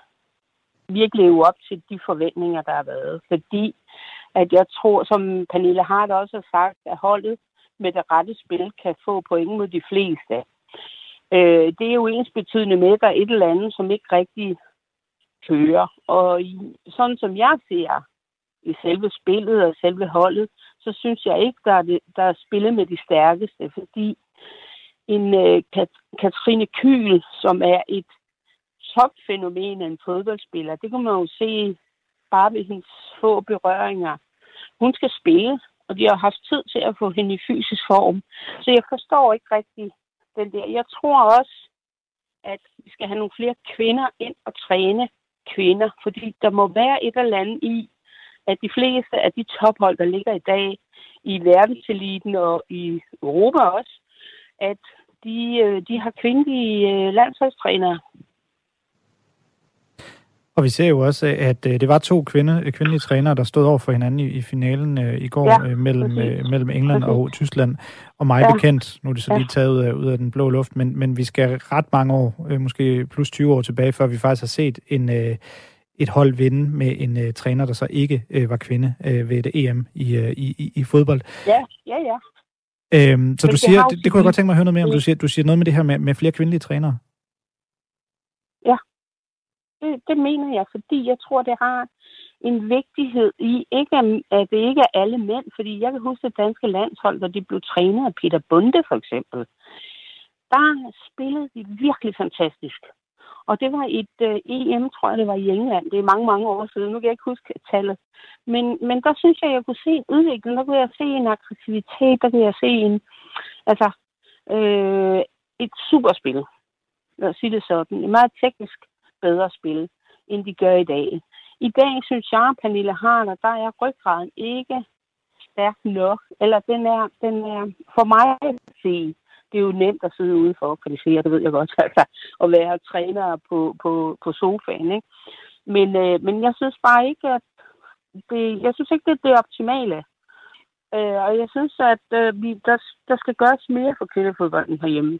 vi ikke lever op til de forventninger, der har været. Fordi, at jeg tror, som Pernille Harder også har sagt, at holdet med det rette spil kan få point mod de fleste. Øh, det er jo ensbetydende med, at der er et eller andet, som ikke rigtig kører. Og i, sådan som jeg ser i selve spillet og selve holdet, så synes jeg ikke, der er, det, der er spillet med de stærkeste. Fordi en øh, Kat- Katrine Kyhl, som er et topfænomen af en fodboldspiller, det kan man jo se bare ved hendes få berøringer. Hun skal spille, og de har haft tid til at få hende i fysisk form. Så jeg forstår ikke rigtig den der. Jeg tror også, at vi skal have nogle flere kvinder ind og træne kvinder, fordi der må være et eller andet i, at de fleste af de tophold, der ligger i dag i verdenseliten og i Europa også, at de, de har kvindelige landsholdstrænere. Og vi ser jo også, at det var to kvinde, kvindelige trænere, der stod over for hinanden i, i finalen øh, i går ja, øh, mellem, øh, mellem England præcis. og Tyskland. Og mig ja. bekendt, nu er det så lige taget ud af, ud af den blå luft, men, men vi skal ret mange år, øh, måske plus tyve år tilbage, før vi faktisk har set en, øh, et hold vinde med en øh, træner, der så ikke øh, var kvinde øh, ved et E M i, øh, i, i fodbold. Ja, ja, ja. Øhm, så men du siger, det, det kunne jeg godt tænke mig at høre noget mere om. Du siger, du siger noget med det her med, med flere kvindelige trænere. Ja. Det, det mener jeg, fordi jeg tror, det har en vigtighed i, ikke at det ikke er alle mænd, fordi jeg kan huske det danske landshold, da de blev trænet af Peter Bunde for eksempel. Der spillede de virkelig fantastisk. Og det var et uh, E M, tror jeg, det var i England. Det er mange, mange år siden. Nu kan jeg ikke huske tallet. Men, men der synes jeg, jeg kunne se en udvikling. Der kunne jeg se en aggressivitet. Der kunne jeg se en, altså, øh, et superspil. Lad os sige det sådan. Et meget teknisk bedre spil, end de gør i dag. I dag synes jeg, Pernille Harder, der er ryggraden ikke stærk nok. Eller den er, den er for mig at se. Det er jo nemt at sidde udenfor, kan de sige, det ved jeg godt, altså, at være træner på, på, på sofaen, ikke? Men, øh, men jeg synes bare ikke, at det, jeg synes ikke, det er det optimale. Øh, og jeg synes, at øh, vi, der, der skal gøres mere for kvindefodbolden herhjemme.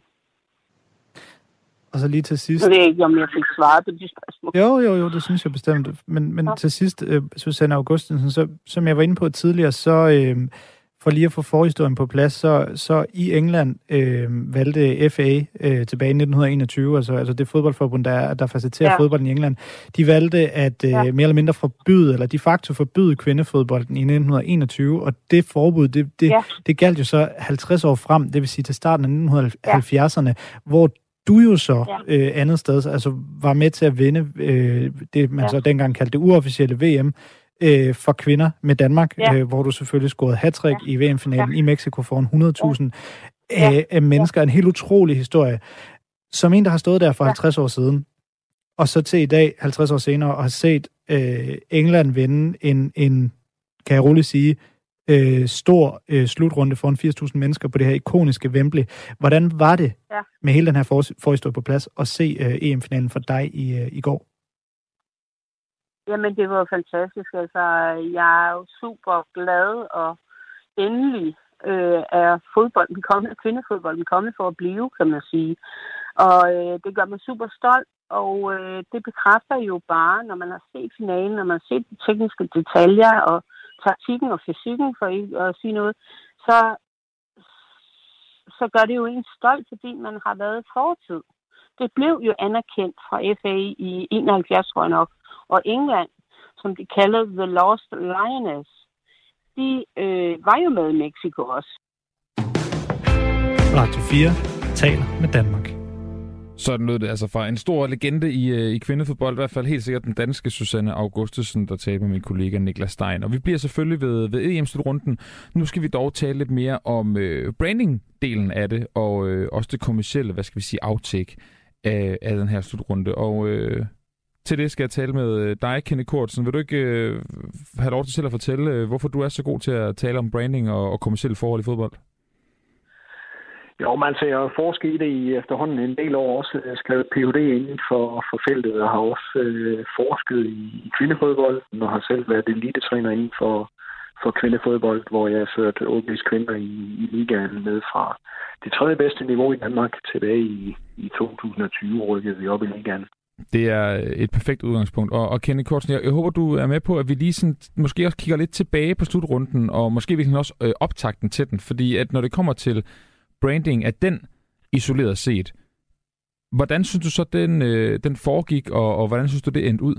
Og så lige til sidst... Jeg ved ikke, om jeg fik svaret på de spørgsmål. Jo, jo, jo, det synes jeg bestemt. Men, men ja. til sidst, øh, Susanne Augustensen, så, som jeg var inde på tidligere, så... Øh, for lige at få forhistorien på plads, så, så i England øh, valgte F A øh, tilbage i nitten enogtyve, altså, altså det fodboldforbund, der, der faciliterer ja. fodbolden i England, de valgte at øh, ja. mere eller mindre forbyde, eller de facto forbyde kvindefodbolden i nitten enogtyve, og det forbud, det, det, ja. det galt jo så halvtreds år frem, det vil sige til starten af nitten halvfjerdserne, ja. hvor du jo så ja. øh, andet sted, altså var med til at vinde øh, det, man ja. så dengang kaldte det uofficielle V M, Øh, for kvinder med Danmark, ja. øh, hvor du selvfølgelig scorede hat-trick ja. i V M-finalen ja. i Mexico foran hundrede tusind ja. øh, mennesker. En helt utrolig historie. Som en, der har stået der for ja. halvtreds år siden, og så til i dag, halvtreds år senere, og har set øh, England vinde en, en, kan jeg roligt sige, øh, stor øh, slutrunde foran firs tusind mennesker på det her ikoniske Wembley. Hvordan var det ja. med hele den her for, forhistorie på plads at se øh, E M-finalen for dig i, øh, i går? Jamen, det var fantastisk. Altså, jeg er jo super glad, og endelig øh, er fodbolden kommet, kvindefodbolden kommet for at blive, kan man sige. Og øh, det gør mig super stolt, og øh, det bekræfter jo bare, når man har set finalen, når man har set de tekniske detaljer, og taktikken og fysikken, for ikke at sige noget, så, så gør det jo en stolt, fordi man har været fortid. Det blev jo anerkendt fra F A i enoghalvfjerds, tror jeg nok. Og England, som de kaldede The Lost Lioness, de øh, var jo med i Mexico også. Radio fire taler med Danmark. Sådan lød det altså fra en stor legende i, i kvindefodbold, i hvert fald helt sikkert den danske Susanne Augustesen, der talte med min kollega Niklas Stein. Og vi bliver selvfølgelig ved, ved E M-slutrunden. Nu skal vi dog tale lidt mere om øh, branding-delen af det, og øh, også det kommercielle, hvad skal vi sige, aftæk af, af den her slutrunde. Og øh, til det skal jeg tale med dig, Kenny Kortsen. Vil du ikke øh, have lov til selv at fortælle, øh, hvorfor du er så god til at tale om branding og, og kommercielle forhold i fodbold? Jo, man ser jo forsket i det i efterhånden en del år, også skrevet P H D inden for, for feltet, og har også øh, forsket i, i kvindefodbold, og har selv været elitetræner inden for, for kvindefodbold, hvor jeg har ført O B's kvinder i, i ligaen med fra det tredje bedste niveau i Danmark tilbage i, i to tusind og tyve, rykkede vi op i ligaen. Det er et perfekt udgangspunkt. Og, og Kenny Kortsen, jeg, jeg håber, du er med på, at vi lige sådan, måske også kigger lidt tilbage på slutrunden, og måske virkelig også øh, optakten til den, fordi at når det kommer til branding af den isoleret set, hvordan synes du så, den, øh, den foregik, og, og hvordan synes du, det endte ud?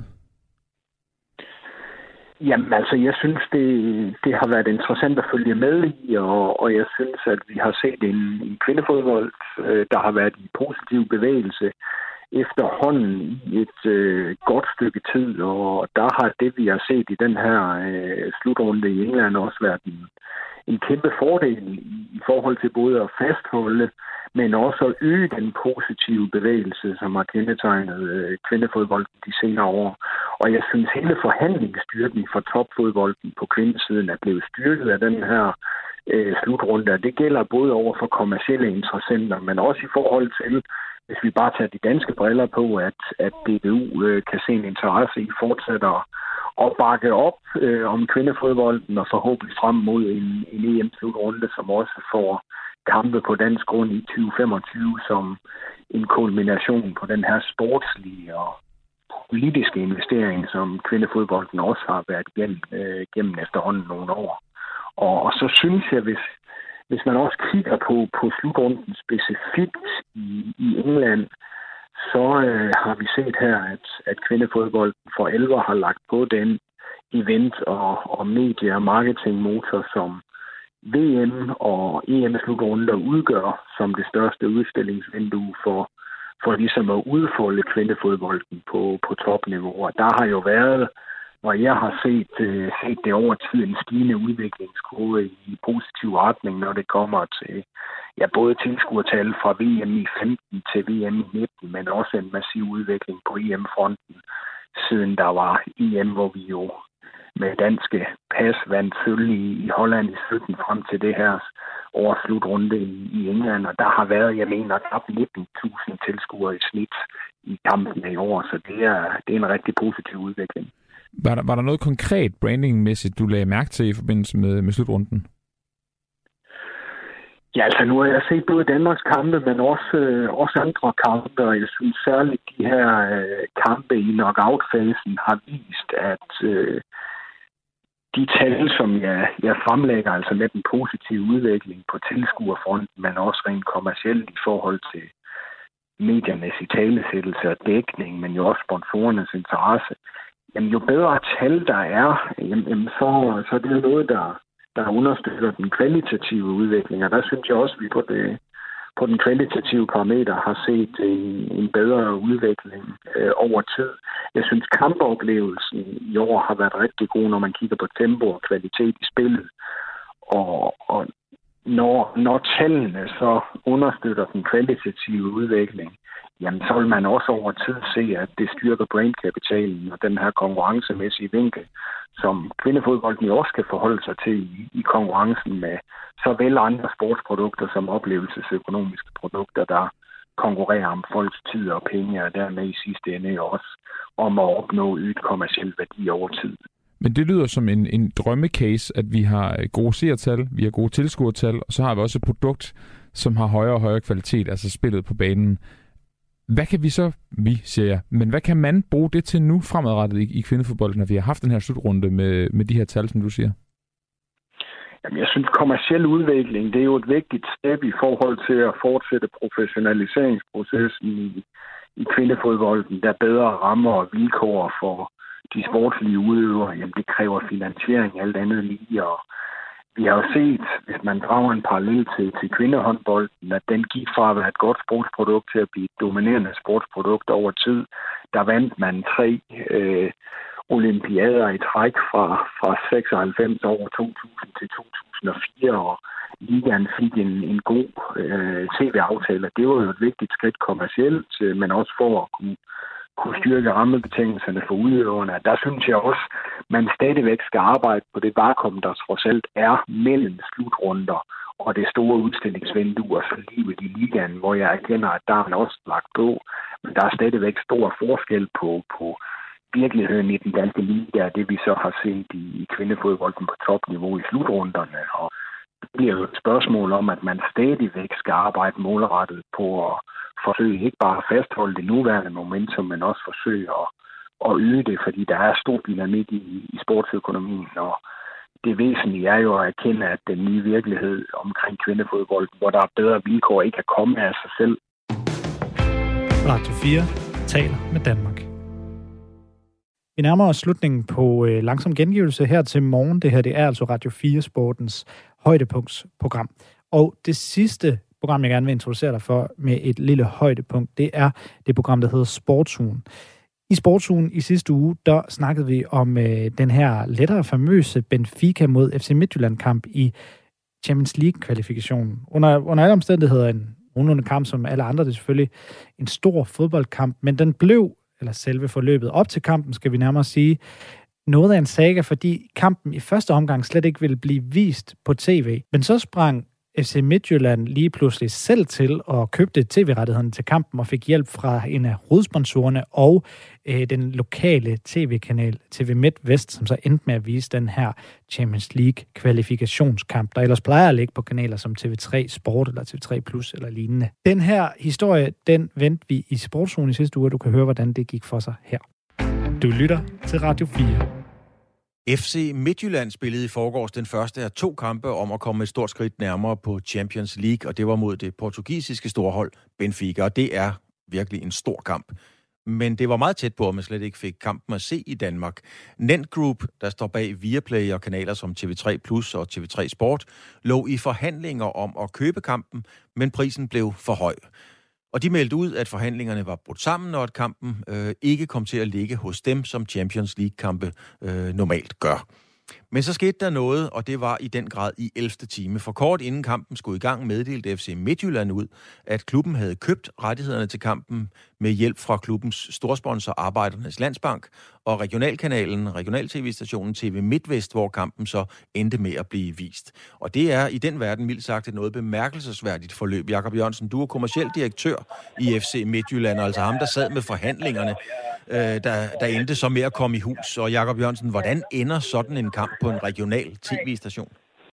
Jamen altså, jeg synes, det, det har været interessant at følge med i, og, og jeg synes, at vi har set en, en kvindefodbold, øh, der har været i positiv bevægelse efterhånden i et øh, godt stykke tid, og der har det, vi har set i den her øh, slutrunde i England, også været en, en kæmpe fordel i, i forhold til både at fastholde, men også at øge den positive bevægelse, som har kendetegnet øh, kvindefodbolden de senere år. Og jeg synes, hele forhandlingsstyrken for topfodbolden på kvindesiden er blevet styrket af den her øh, slutrunde. Det gælder både over for kommercielle interessenter, men også i forhold til, hvis vi bare tager de danske briller på, at, at D B U øh, kan se en interesse i fortsat at, at bakke op øh, om kvindefodbolden og forhåbentlig frem mod en, en E M-slutrunde, som også får kampe på dansk grund i tyve femogtyve som en kulmination på den her sportslige og politiske investering, som kvindefodbolden også har været igennem, øh, gennem efterhånden nogle år. Og, og så synes jeg, hvis Hvis man også kigger på, på slutrunden specifikt i, i England, så øh, har vi set her, at, at kvindefodbolden for alvor har lagt på den event- og, og medie- og marketingmotor, som V M og E M-slutrunder udgør som det største udstillingsvindue for, for ligesom at udfolde kvindefodbolden på, på topniveau. Og der har jo været, og jeg har set, øh, set det over tid, en stigende udviklingskurve i positiv retning, når det kommer til ja, både tilskuertal fra V M i femten til V M i nitten, men også en massiv udvikling på E M-fronten, siden der var E M, hvor vi jo med danske pas vandt sølv i, i Holland i sytten frem til det her års slutrunde i, i England, og der har været, jeg mener, knap nitten tusind tilskuere i snit i kampen i år, så det er, det er en rigtig positiv udvikling. Var der, var der noget konkret brandingmæssigt, du lagde mærke til i forbindelse med, med slutrunden? Ja, altså nu har jeg set både Danmarks kampe, men også, øh, også andre kampe, og jeg synes særligt, de her øh, kampe i knockout-fasen har vist, at øh, de tal, som jeg, jeg fremlægger, altså med den positive udvikling på tilskuerfronten, men også rent kommercielt i forhold til mediernes italesættelse og dækning, men jo også sponsorernes interesse, jamen jo bedre tal der er, jamen, så, så er det noget, der, der understøtter den kvalitative udvikling. Og der synes jeg også, at vi på, det, på den kvalitative parameter har set en, en bedre udvikling øh, over tid. Jeg synes, kampoplevelsen i år har været rigtig god, når man kigger på tempo og kvalitet i spillet. Og, og når, når tallene så understøtter den kvalitative udvikling, jamen så vil man også over tid se, at det styrker brandkapitalen og den her konkurrencemæssige vinkel, som kvindefodbolden også skal forholde sig til i, i konkurrencen med såvel andre sportsprodukter som oplevelsesøkonomiske produkter, der konkurrerer om folks tid og penge, og dermed i sidste ende også om at opnå ydt kommerciel værdi over tid. Men det lyder som en, en drømmecase, at vi har gode seertal, vi har gode tilskuertal, og så har vi også et produkt, som har højere og højere kvalitet, altså spillet på banen. Hvad kan vi så, vi siger jeg, men hvad kan man bruge det til nu fremadrettet i, i kvindefodbolden, når vi har haft den her slutrunde med, med de her tal, som du siger? Jamen, jeg synes, kommerciel udvikling, det er jo et vigtigt step i forhold til at fortsætte professionaliseringsprocessen i, i kvindefodbolden, der bedre rammer og vilkår for de sportslige udøvere. Jamen, det kræver finansiering, alt andet lige, og vi har jo set, hvis man drager en parallel til, til kvindehåndbolden, at den gik fra at være et godt sportsprodukt til at blive et dominerende sportsprodukt over tid. Der vandt man tre øh, olympiader i træk fra, fra seksoghalvfems over to tusind til to tusind og fire, og ligaen fik en, en god øh, T V-aftale. Det var jo et vigtigt skridt kommercielt, men også for at kunne kunne styrke rammebetingelserne for udøverne. Der synes jeg også, man stadigvæk skal arbejde på det vakuum, der trods alt er mellem slutrunder og det store udstillingsvindue og så livet i ligaen, hvor jeg erkender, at der er man også lagt på. Men der er stadigvæk stor forskel på, på virkeligheden i den danske liga, det vi så har set i, i kvindefodbolden på topniveau i slutrunderne. Og det bliver jo et spørgsmål om, at man stadigvæk skal arbejde målrettet på at forsøge ikke bare at fastholde det nuværende momentum, men også forsøge at, at yde det, fordi der er stor dynamik i, i sportsøkonomien, og det væsentlige er jo at erkende, at den nye virkelighed omkring kvindefodbold, hvor der er bedre vilkår, ikke kan komme af sig selv. Radio fire taler med Danmark. Vi nærmer os slutningen på øh, langsom gengivelse her til morgen. Det her det er altså Radio fire Sportens højdepunktsprogram. Og det sidste program, jeg gerne vil introducere dig for med et lille højdepunkt, det er det program, der hedder Sportsugen. I Sportsugen i sidste uge, der snakkede vi om øh, den her lettere famøse Benfica mod F C Midtjylland-kamp i Champions League-kvalifikationen. Under, under alle omstændigheder en nogenlunde kamp, som alle andre, det er selvfølgelig en stor fodboldkamp, men den blev, eller selve forløbet op til kampen, skal vi nærmere sige, noget af en saga, fordi kampen i første omgang slet ikke ville blive vist på tv. Men så sprang F C Midtjylland lige pludselig selv til og købte tv-rettighederne til kampen og fik hjælp fra en af hovedsponsorerne og øh, den lokale tv-kanal T V MidtVest, som så endte med at vise den her Champions League-kvalifikationskamp, der ellers plejer at ligge på kanaler som T V tre Sport eller T V tre Plus eller lignende. Den her historie, den vendte vi i Sportsugen i sidste uge, og du kan høre, hvordan det gik for sig her. Du lytter til Radio fire. F C Midtjylland spillede i forgårs den første af to kampe om at komme et stort skridt nærmere på Champions League, og det var mod det portugisiske storhold Benfica, og det er virkelig en stor kamp. Men det var meget tæt på, at man slet ikke fik kampen at se i Danmark. Nent Group, der står bag Viaplay og kanaler som T V tre Plus og T V tre Sport, lå i forhandlinger om at købe kampen, men prisen blev for høj. Og de meldte ud, at forhandlingerne var brudt sammen, og at kampen øh, ikke kom til at ligge hos dem, som Champions League-kampe øh, normalt gør. Men så skete der noget, og det var i den grad i ellevte time. For kort inden kampen skulle i gang, meddelte F C Midtjylland ud, at klubben havde købt rettighederne til kampen med hjælp fra klubbens storsponsor Arbejdernes Landsbank og regionalkanalen, regional-tv-stationen T V MidtVest, hvor kampen så endte med at blive vist. Og det er i den verden mildt sagt et noget bemærkelsesværdigt forløb. Jakob Jørgensen, du er kommerciel direktør i F C Midtjylland, altså ham, der sad med forhandlingerne, øh, der, der endte så med at komme i hus. Og Jakob Jørgensen, hvordan ender sådan en kamp på en regional tv-station?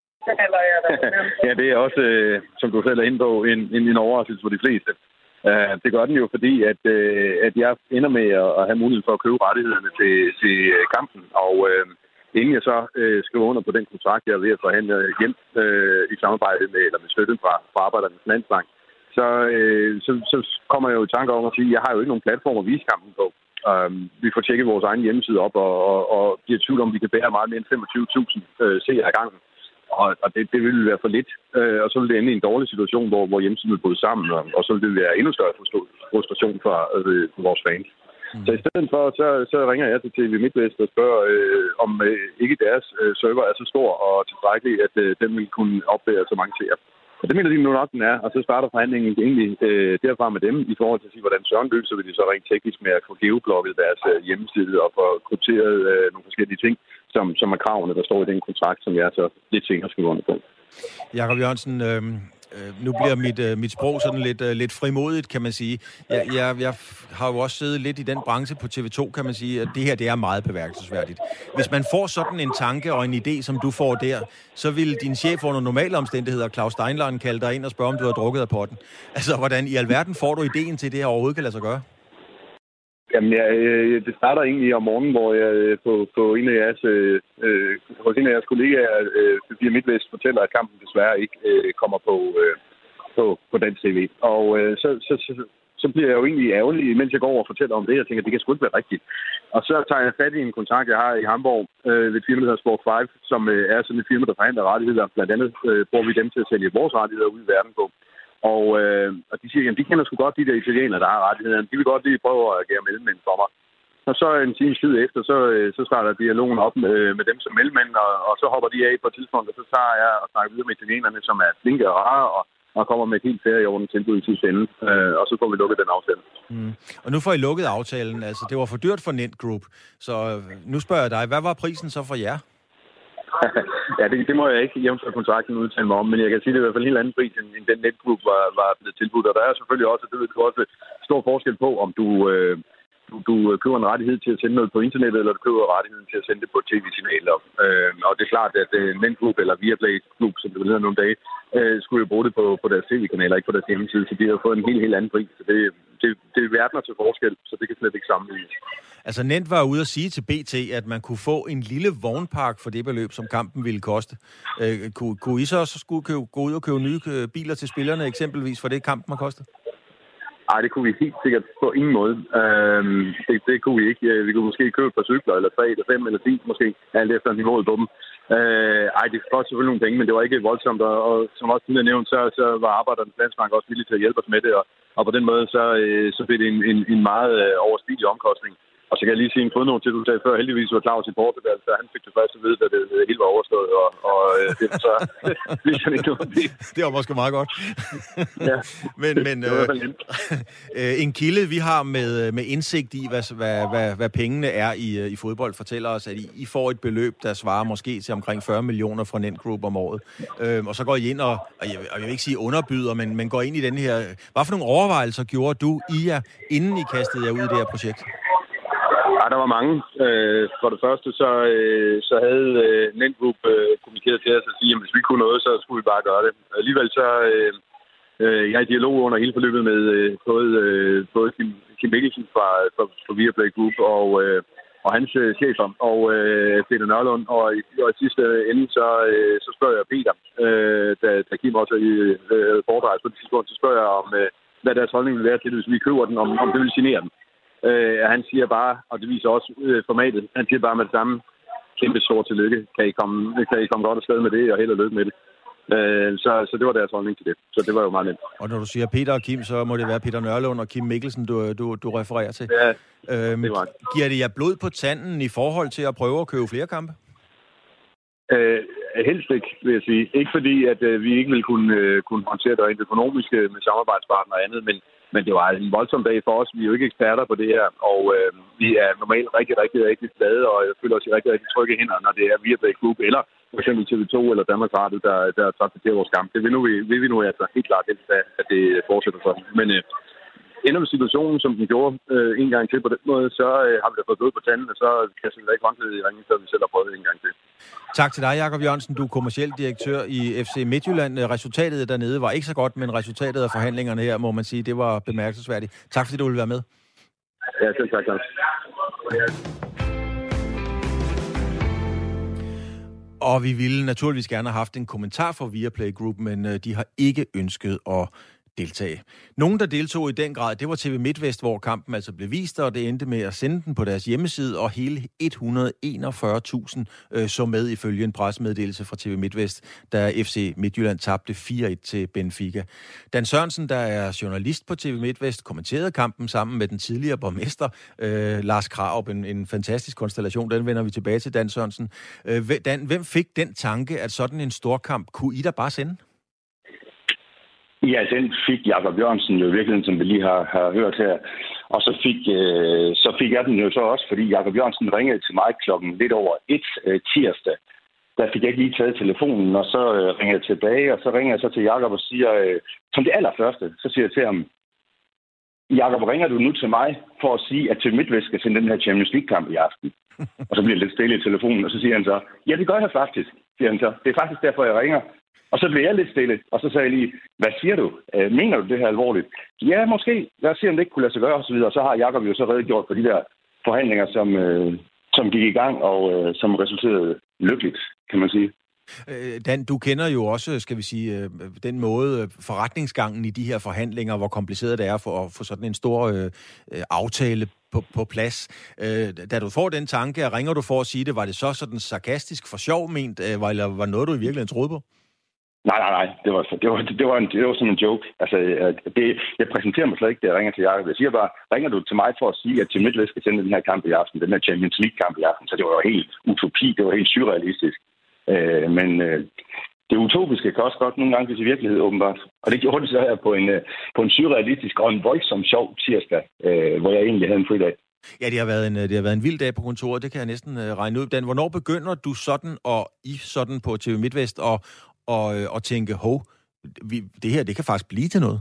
Ja, det er også, øh, som du selv er inde på, en, en, en overraskelse for de fleste. Uh, det gør den jo, fordi at, uh, at jeg ender med at, at have mulighed for at købe rettighederne til, til kampen. Og uh, inden jeg så øh, skriver under på den kontrakt, jeg er ved at forhandle hjem øh, i samarbejde med, eller med støtten fra, fra Arbejdernes Landsbank, så, øh, så, så kommer jeg jo i tanke om at sige, at jeg har jo ikke nogen platform at vise kampen på. Um, vi får tjekket vores egen hjemmeside op, og, og, og bliver i tvivl om, vi kan bære meget mere end femogtyve tusind øh, seere ad gangen. Og, og det, det ville være for lidt. Øh, og så ville det ende i en dårlig situation, hvor, hvor hjemmesiden ville bryde sammen, og, og så ville det være endnu større frustration for, øh, for vores fans. Mm. Så i stedet for, så, så ringer jeg til T V Midtvest og spørger, øh, om øh, ikke deres øh, server er så stor og tilstrækkelig, at øh, den vil kunne opbære så mange seere. Og det mener de nu nok, den er, og så starter forhandlingen egentlig øh, derfra med dem i forhold til at sige, hvordan søren løser vi det så rent teknisk med at få geoblokket deres øh, hjemmeside og få krypteret øh, nogle forskellige ting, som, som er kravene, der står i den kontrakt, som jeg så lidt senere skal gå under på. Jakob Jørgensen, øh, øh, nu bliver mit, øh, mit sprog sådan lidt, øh, lidt frimodigt, kan man sige. Jeg, jeg, jeg har jo også siddet lidt i den branche på T V to, kan man sige, at det her det er meget bemærkelsesværdigt. Hvis man får sådan en tanke og en idé, som du får der, så vil din chef under normale omstændigheder, Claus Steinlein, kalde dig ind og spørge, om du har drukket af potten. Altså, hvordan i alverden får du idéen til, det her overhovedet kan lade sig gøre? Jamen, jeg, det starter egentlig om morgenen, hvor jeg på, på en af jeres, øh, hos en af jeres kollegaer, øh, Fire Midtvest, fortæller, at kampen desværre ikke øh, kommer på, øh, på, på dansk T V. Og øh, så, så, så, så bliver jeg jo egentlig ærgerlig, mens jeg går over og fortæller om det. Jeg tænker, det kan sgu ikke være rigtigt. Og så tager jeg fat i en kontakt, jeg har i Hamburg øh, ved et firma, der hedder Sport fem, som øh, er sådan et firma, der forhandler rettigheder. Blandt andet øh, bruger vi dem til at sælge vores rettigheder ud i verden på. Og, øh, og de siger, at de kender sgu godt de der italienere, der har rettighederne. De vil godt lige prøve at agere mellemmænd for mig. Og så en times tid efter, så, så starter dialogen op med, med dem som mellemmænd, og, og så hopper de af på et tidspunkt, og så tager jeg og snakker videre med italienerne, som er flinke og rare, og, og kommer med et helt fair i orden tilbud i sidste ende. Øh, og så får vi lukket den aftale. Mm. Og nu får I lukket aftalen. Altså, det var for dyrt for Nent Group. Så nu spørger jeg dig, hvad var prisen så for jer? Ja, det, det må jeg ikke jævnfør kontrakten udtale mig om, men jeg kan sige, det er i hvert fald en helt anden pris, end, end den Netgroup var, var blevet tilbudt. Og der er selvfølgelig også, det ved du også, stor forskel på, om du, øh, du, du køber en rettighed til at sende noget på internettet, eller du køber rettigheden til at sende det på tv-signaler. Øh, og det er klart, at øh, Netgroup eller Viaplay Group, som det vil hedder nogle dage, øh, skulle jo bruge det på, på deres tv-kanaler, ikke på deres hjemmeside, så de har fået en helt, helt anden pris. Så det, det, det er verdener til forskel, så det kan slet ikke sammenlignes. Altså, Nent var ude at sige til B T, at man kunne få en lille vognpark for det beløb, som kampen ville koste. Øh, kunne, kunne I så også skulle købe, gå ud og købe nye biler til spillerne, eksempelvis, for det kampen har kostet? Nej, det kunne vi helt sikkert på ingen måde. Øhm, det, det kunne vi ikke. Vi kunne måske købe et par cykler, eller tre, eller fem, eller ti, måske, alt efter niveauet på dem. Øh, ej, det kostede selvfølgelig nogle penge, men det var ikke voldsomt, og, og som også tidligere nævnt, så, så var Arbejdernes Landsbank også villig til at hjælpe os med det, og, og på den måde, så, øh, så blev det en, en, en meget øh, overstigelig omkostning. Og så kan jeg lige sige en fodnote til, du sagde før, heldigvis var Claus i Portugal, så han fik det først at vide, da det, det hele var overstået, og, og øh, det var så ligesom ikke noget. Det var måske meget godt. Ja, men men øh, øh, en kilde, vi har med, med indsigt i, hvad, hvad, hvad, hvad pengene er i, i fodbold, fortæller os, at I, I får et beløb, der svarer måske til omkring fyrre millioner fra Nent Group om året. Øh, og så går I ind og, og jeg, og jeg vil ikke sige underbyder, men, men går ind i den her. Hvad for nogle overvejelser gjorde du i jer, inden I kastede jer ud i det her projekt? Ja, der var mange. Øh, for det første, så, øh, så havde øh, Nent Group øh, kommunikeret til os og sige, at hvis vi kunne noget, så skulle vi bare gøre det. Alligevel så øh, øh, jeg er i dialog under hele forløbet med øh, både, øh, både Kim, Kim Mikkelsen fra, fra, fra Viaplay Group og, øh, og hans øh, chefer, og øh, Peter Nørlund. Og i, og i sidste ende, så, øh, så spørger jeg Peter, øh, da, da Kim også er i øh, foredraget på det tidspunkt, så spørger jeg om, øh, hvad deres holdning vil være til det, hvis vi køber den, om, om det vil signere den. Uh, han siger bare, og det viser også uh, formatet, han siger bare med det samme, kæmpe stort tillykke, kan I komme, kan I komme godt afsted med det, og held og lykke med det. Uh, så, så det var deres holdning til det. Så det var jo meget nemt. Og når du siger Peter og Kim, så må det være Peter Nørlund og Kim Mikkelsen, du, du, du refererer til. Ja, øhm, det var det. Giver det jer blod på tanden i forhold til at prøve at købe flere kampe? Uh, helst ikke, vil jeg sige. Ikke fordi, at uh, vi ikke ville kunne, uh, kunne håndtere det rent økonomiske med samarbejdspartnere og andet, men Men det var en voldsom dag for os. Vi er jo ikke eksperter på det her, og øh, vi er normalt rigtig, rigtig, rigtig glade, og jeg føler os i rigtig, rigtig trygge hænder, når det er Viaplay Group eller for eksempel T V to eller Danmarks Radio, der, der transporterer vores kamp. Det vil, nu, vil vi nu altså helt klart helst af, at det fortsætter sådan. Men øh, ender med situationen, som den gjorde øh, en gang til på den måde, så øh, har vi da fået blod på tanden, og så kan jeg simpelthen ikke håndhæve i ringen, så vi selv har prøvet en gang til. Tak til dig, Jakob Jørgensen. Du er kommerciel direktør i F C Midtjylland. Resultatet dernede var ikke så godt, men resultatet af forhandlingerne her, må man sige, det var bemærkelsesværdigt. Tak fordi du ville være med. Ja, selv tak. tak. Og vi ville naturligvis gerne have haft en kommentar fra Viaplay Group, men øh, de har ikke ønsket at deltage. Nogen, der deltog i den grad, det var T V MidtVest, hvor kampen altså blev vist, og det endte med at sende den på deres hjemmeside, og hele et hundrede og enogfyrre tusind øh, så med ifølge en pressemeddelelse fra T V MidtVest, da F C Midtjylland tabte fire et til Benfica. Dan Sørensen, der er journalist på T V MidtVest, kommenterede kampen sammen med den tidligere borgmester, øh, Lars Krarup, en, en fantastisk konstellation. Den vender vi tilbage til, Dan Sørensen. Øh, Dan, hvem fik den tanke, at sådan en storkamp kunne I da bare sende? Ja, den fik Jakob Jørgensen jo i virkeligheden, som vi lige har, har hørt her. Og så fik, øh, så fik jeg den jo så også, fordi Jakob Jørgensen ringede til mig klokken lidt over et øh, tirsdag. Der fik jeg ikke lige taget telefonen, og så øh, ringede jeg tilbage, og så ringer jeg så til Jakob og siger, øh, som det allerførste, så siger jeg til ham, Jakob, ringer du nu til mig for at sige, at T V MidtVest skal sende den her Champions League-kamp i aften? Og så bliver det lidt stille i telefonen, og så siger han så, ja, det gør jeg faktisk, siger han så. Det er faktisk derfor, jeg ringer. Og så blev jeg lidt stille, og så sagde jeg lige, hvad siger du? Øh, mener du det her alvorligt? Ja, måske. Lad os se, om det ikke kunne lade sig gøre, og så videre. Og så har Jakob jo så redegjort for de der forhandlinger, som, øh, som gik i gang, og øh, som resulterede lykkeligt, kan man sige. Dan, du kender jo også, skal vi sige, den måde, forretningsgangen i de her forhandlinger, hvor kompliceret det er for at få sådan en stor øh, aftale på, på plads. Øh, da du får den tanke, ringer du for at sige det, var det så sådan sarkastisk for sjov ment, eller var det noget, du i virkeligheden troede på? Nej, nej, nej. Det var, det var, det var, en, det var sådan en joke. Altså, det, jeg præsenterer mig slet ikke, da jeg ringer til Jakob. Jeg siger bare, ringer du til mig for at sige, at T V MidtVest skal sende den her kamp i aften, den her Champions League-kamp i aften. Så det var jo helt utopi, det var helt surrealistisk. Øh, men øh, det utopiske kan også godt nogle gange blive til virkelighed, åbenbart. Og det gjorde det så her på en, på en surrealistisk og en voldsom sjov tirsdag, øh, hvor jeg egentlig havde en fridag. Ja, det har været en, det har været en vild dag på kontoret, det kan jeg næsten uh, regne ud. Dan, hvornår begynder du sådan, og I sådan på T V MidtVest, og Og, og tænke, hov, vi, det her, det kan faktisk blive til noget?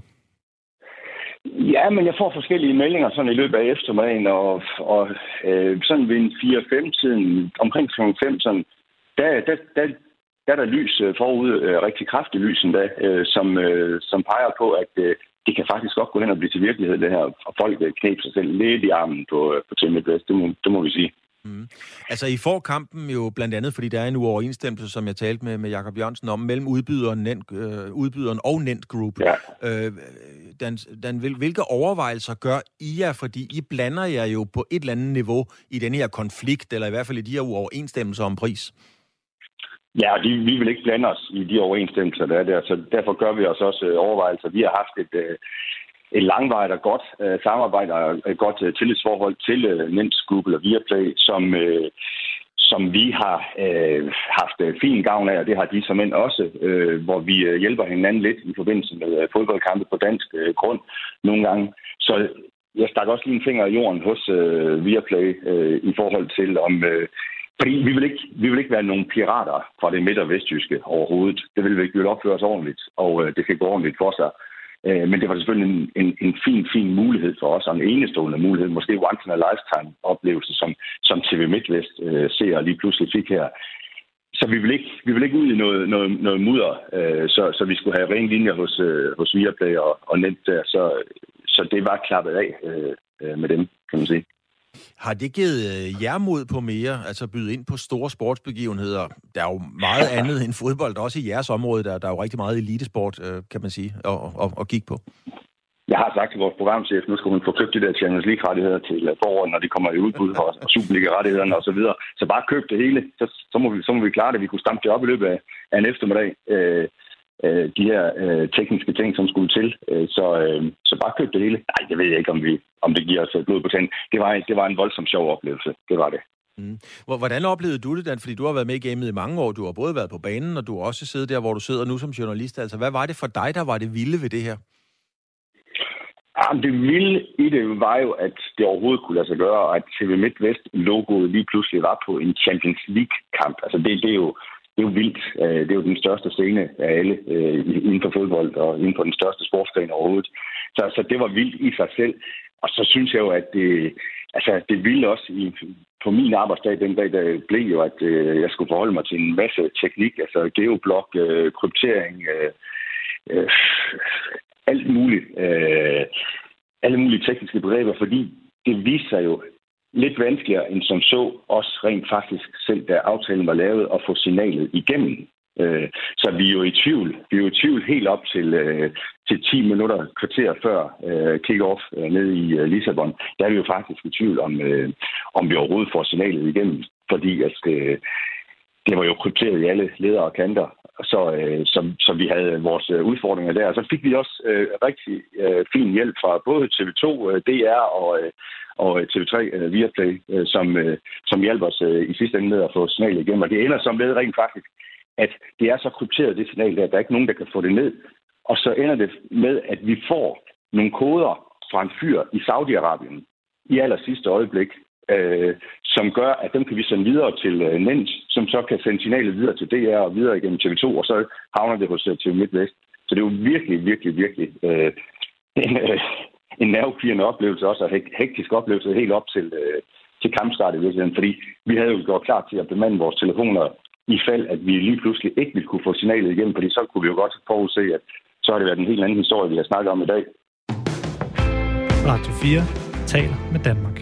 Ja, men jeg får forskellige meldinger sådan i løbet af eftermiddagen, og, og øh, sådan ved en fire fem tiden, omkring fem, sådan, der, der, der, der er der lys forud, øh, rigtig kraftigt lys endda, øh, som, øh, som peger på, at øh, det kan faktisk godt gå hen og blive til virkelighed, det her, og folk knæber sig selv lidt i armen på, på T V MidtVest, det må, det må vi sige. Mm. Altså, I får kampen jo blandt andet, fordi der er en uoverensstemmelse, som jeg talte med, med Jakob Jørgensen om, mellem udbyderen, Nent, øh, udbyderen og Nent Group. Ja. Øh, Dan, Dan, hvilke overvejelser gør I jer? Fordi I blander jer jo på et eller andet niveau i denne her konflikt, eller i hvert fald i de her uoverensstemmelser om pris. Ja, de, vi vil ikke blande os i de overensstemmelser, der er der, så derfor gør vi os også overvejelser. Vi har haft et... Øh, et langvarigt og godt øh, samarbejde og et godt øh, tillidsforhold til øh, Nent Group eller Viaplay, som, øh, som vi har øh, haft øh, fin gavn af, og det har de som end også, øh, hvor vi øh, hjælper hinanden lidt i forbindelse med øh, fodboldkampe på dansk øh, grund nogle gange. Så jeg stak også lige en finger i jorden hos øh, Viaplay øh, i forhold til om... Øh, fordi vi vil, ikke, vi vil ikke være nogen pirater fra det midt- og vestjyske overhovedet. Det vil vi ikke. Vi vil opføre os ordentligt, og øh, det skal gå ordentligt for sig. Men det var selvfølgelig en, en, en fin, fin mulighed for os, og en enestående mulighed, måske once in a lifetime oplevelse, som, som T V MidtVest øh, ser og lige pludselig fik her. Så vi vil ikke, vi vil ikke ud i noget, noget, noget mudder, øh, så, så vi skulle have ren linjer hos, øh, hos Viaplay og, og Nent der, så, så det var klappet af øh, med dem, kan man sige. Har det givet jer mod på mere, altså byde ind på store sportsbegivenheder? Der er jo meget andet end fodbold, også i jeres område, der, der er jo rigtig meget elitesport, kan man sige, at, at, at kigge på. Jeg har sagt til vores programchef, nu skal hun få købt de der Champions League-rettigheder til foråret, når de kommer i udbud, og Superliga-rettighederne og så videre. Så bare køb det hele, så, så, må vi, så må vi klare det. Vi kunne stampe det op i løbet af, af en eftermiddag. Øh, de her øh, tekniske ting, som skulle til. Øh, så, øh, så bare køb det hele. Nej, jeg ved ikke, om, vi, om det giver os blod på tanden. Det var, det var en voldsom sjov oplevelse. Det var det. Mm. Hvordan oplevede du det, Dan? Fordi du har været med i gamet i mange år. Du har både været på banen, og du har også siddet der, hvor du sidder nu som journalist. Altså, hvad var det for dig, der var det vilde ved det her? Jamen, det vilde i det var jo, at det overhovedet kunne lade sig gøre, og at T V MidtVest-logoet lige pludselig var på en Champions League-kamp. Altså, det, det er jo Det er jo vildt. Det er jo den største scene af alle inden for fodbold og inden for den største sportsgren overhovedet. Så, så det var vildt i sig selv. Og så synes jeg jo, at det, altså, det vilde også i, på min arbejdsdag den dag, der blev jo, at øh, jeg skulle forholde mig til en masse teknik, altså geoblok, øh, kryptering, øh, øh, alt muligt, øh, alle mulige tekniske begreber, fordi det viser sig jo lidt vanskeligere end som så, også rent faktisk selv da aftalen var lavet, at få signalet igennem. Øh, så vi er jo i tvivl. Vi er jo i tvivl helt op til, øh, til ti minutter, kvarter før øh, kick-off øh, nede i øh, Lissabon. Der er vi jo faktisk i tvivl om, øh, om vi overhovedet får signalet igennem, fordi at, øh, det var jo krypteret i alle ledere og kanter. Så, øh, så, så vi havde vores øh, udfordringer der. Og så fik vi også øh, rigtig øh, fin hjælp fra både T V to, øh, D R og, øh, og T V tre øh, Viaplay, øh, som, øh, som hjalp os øh, i sidste ende med at få signalet igennem. Og det ender så med rent faktisk, at det er så krypteret, det signal der, at der er ikke nogen, der kan få det ned. Og så ender det med, at vi får nogle koder fra en fyr i Saudi-Arabien i aller sidste øjeblik, øh, som gør, at dem kan vi sende videre til øh, Nens, som så kan sende signalet videre til D R og videre igennem T V to, og så havner det hos T V Midtvest. Så det er jo virkelig, virkelig, virkelig øh, en, øh, en nervepirrende oplevelse også, og hek- hektisk oplevelse helt op til, øh, til kampstart i virkeligheden, fordi vi havde jo gjort klar til at bemande vores telefoner i fald, at vi lige pludselig ikke ville kunne få signalet igennem, fordi så kunne vi jo godt forudse, at så har det været en helt anden historie, vi har snakket om i dag. Radio fire taler med Danmark.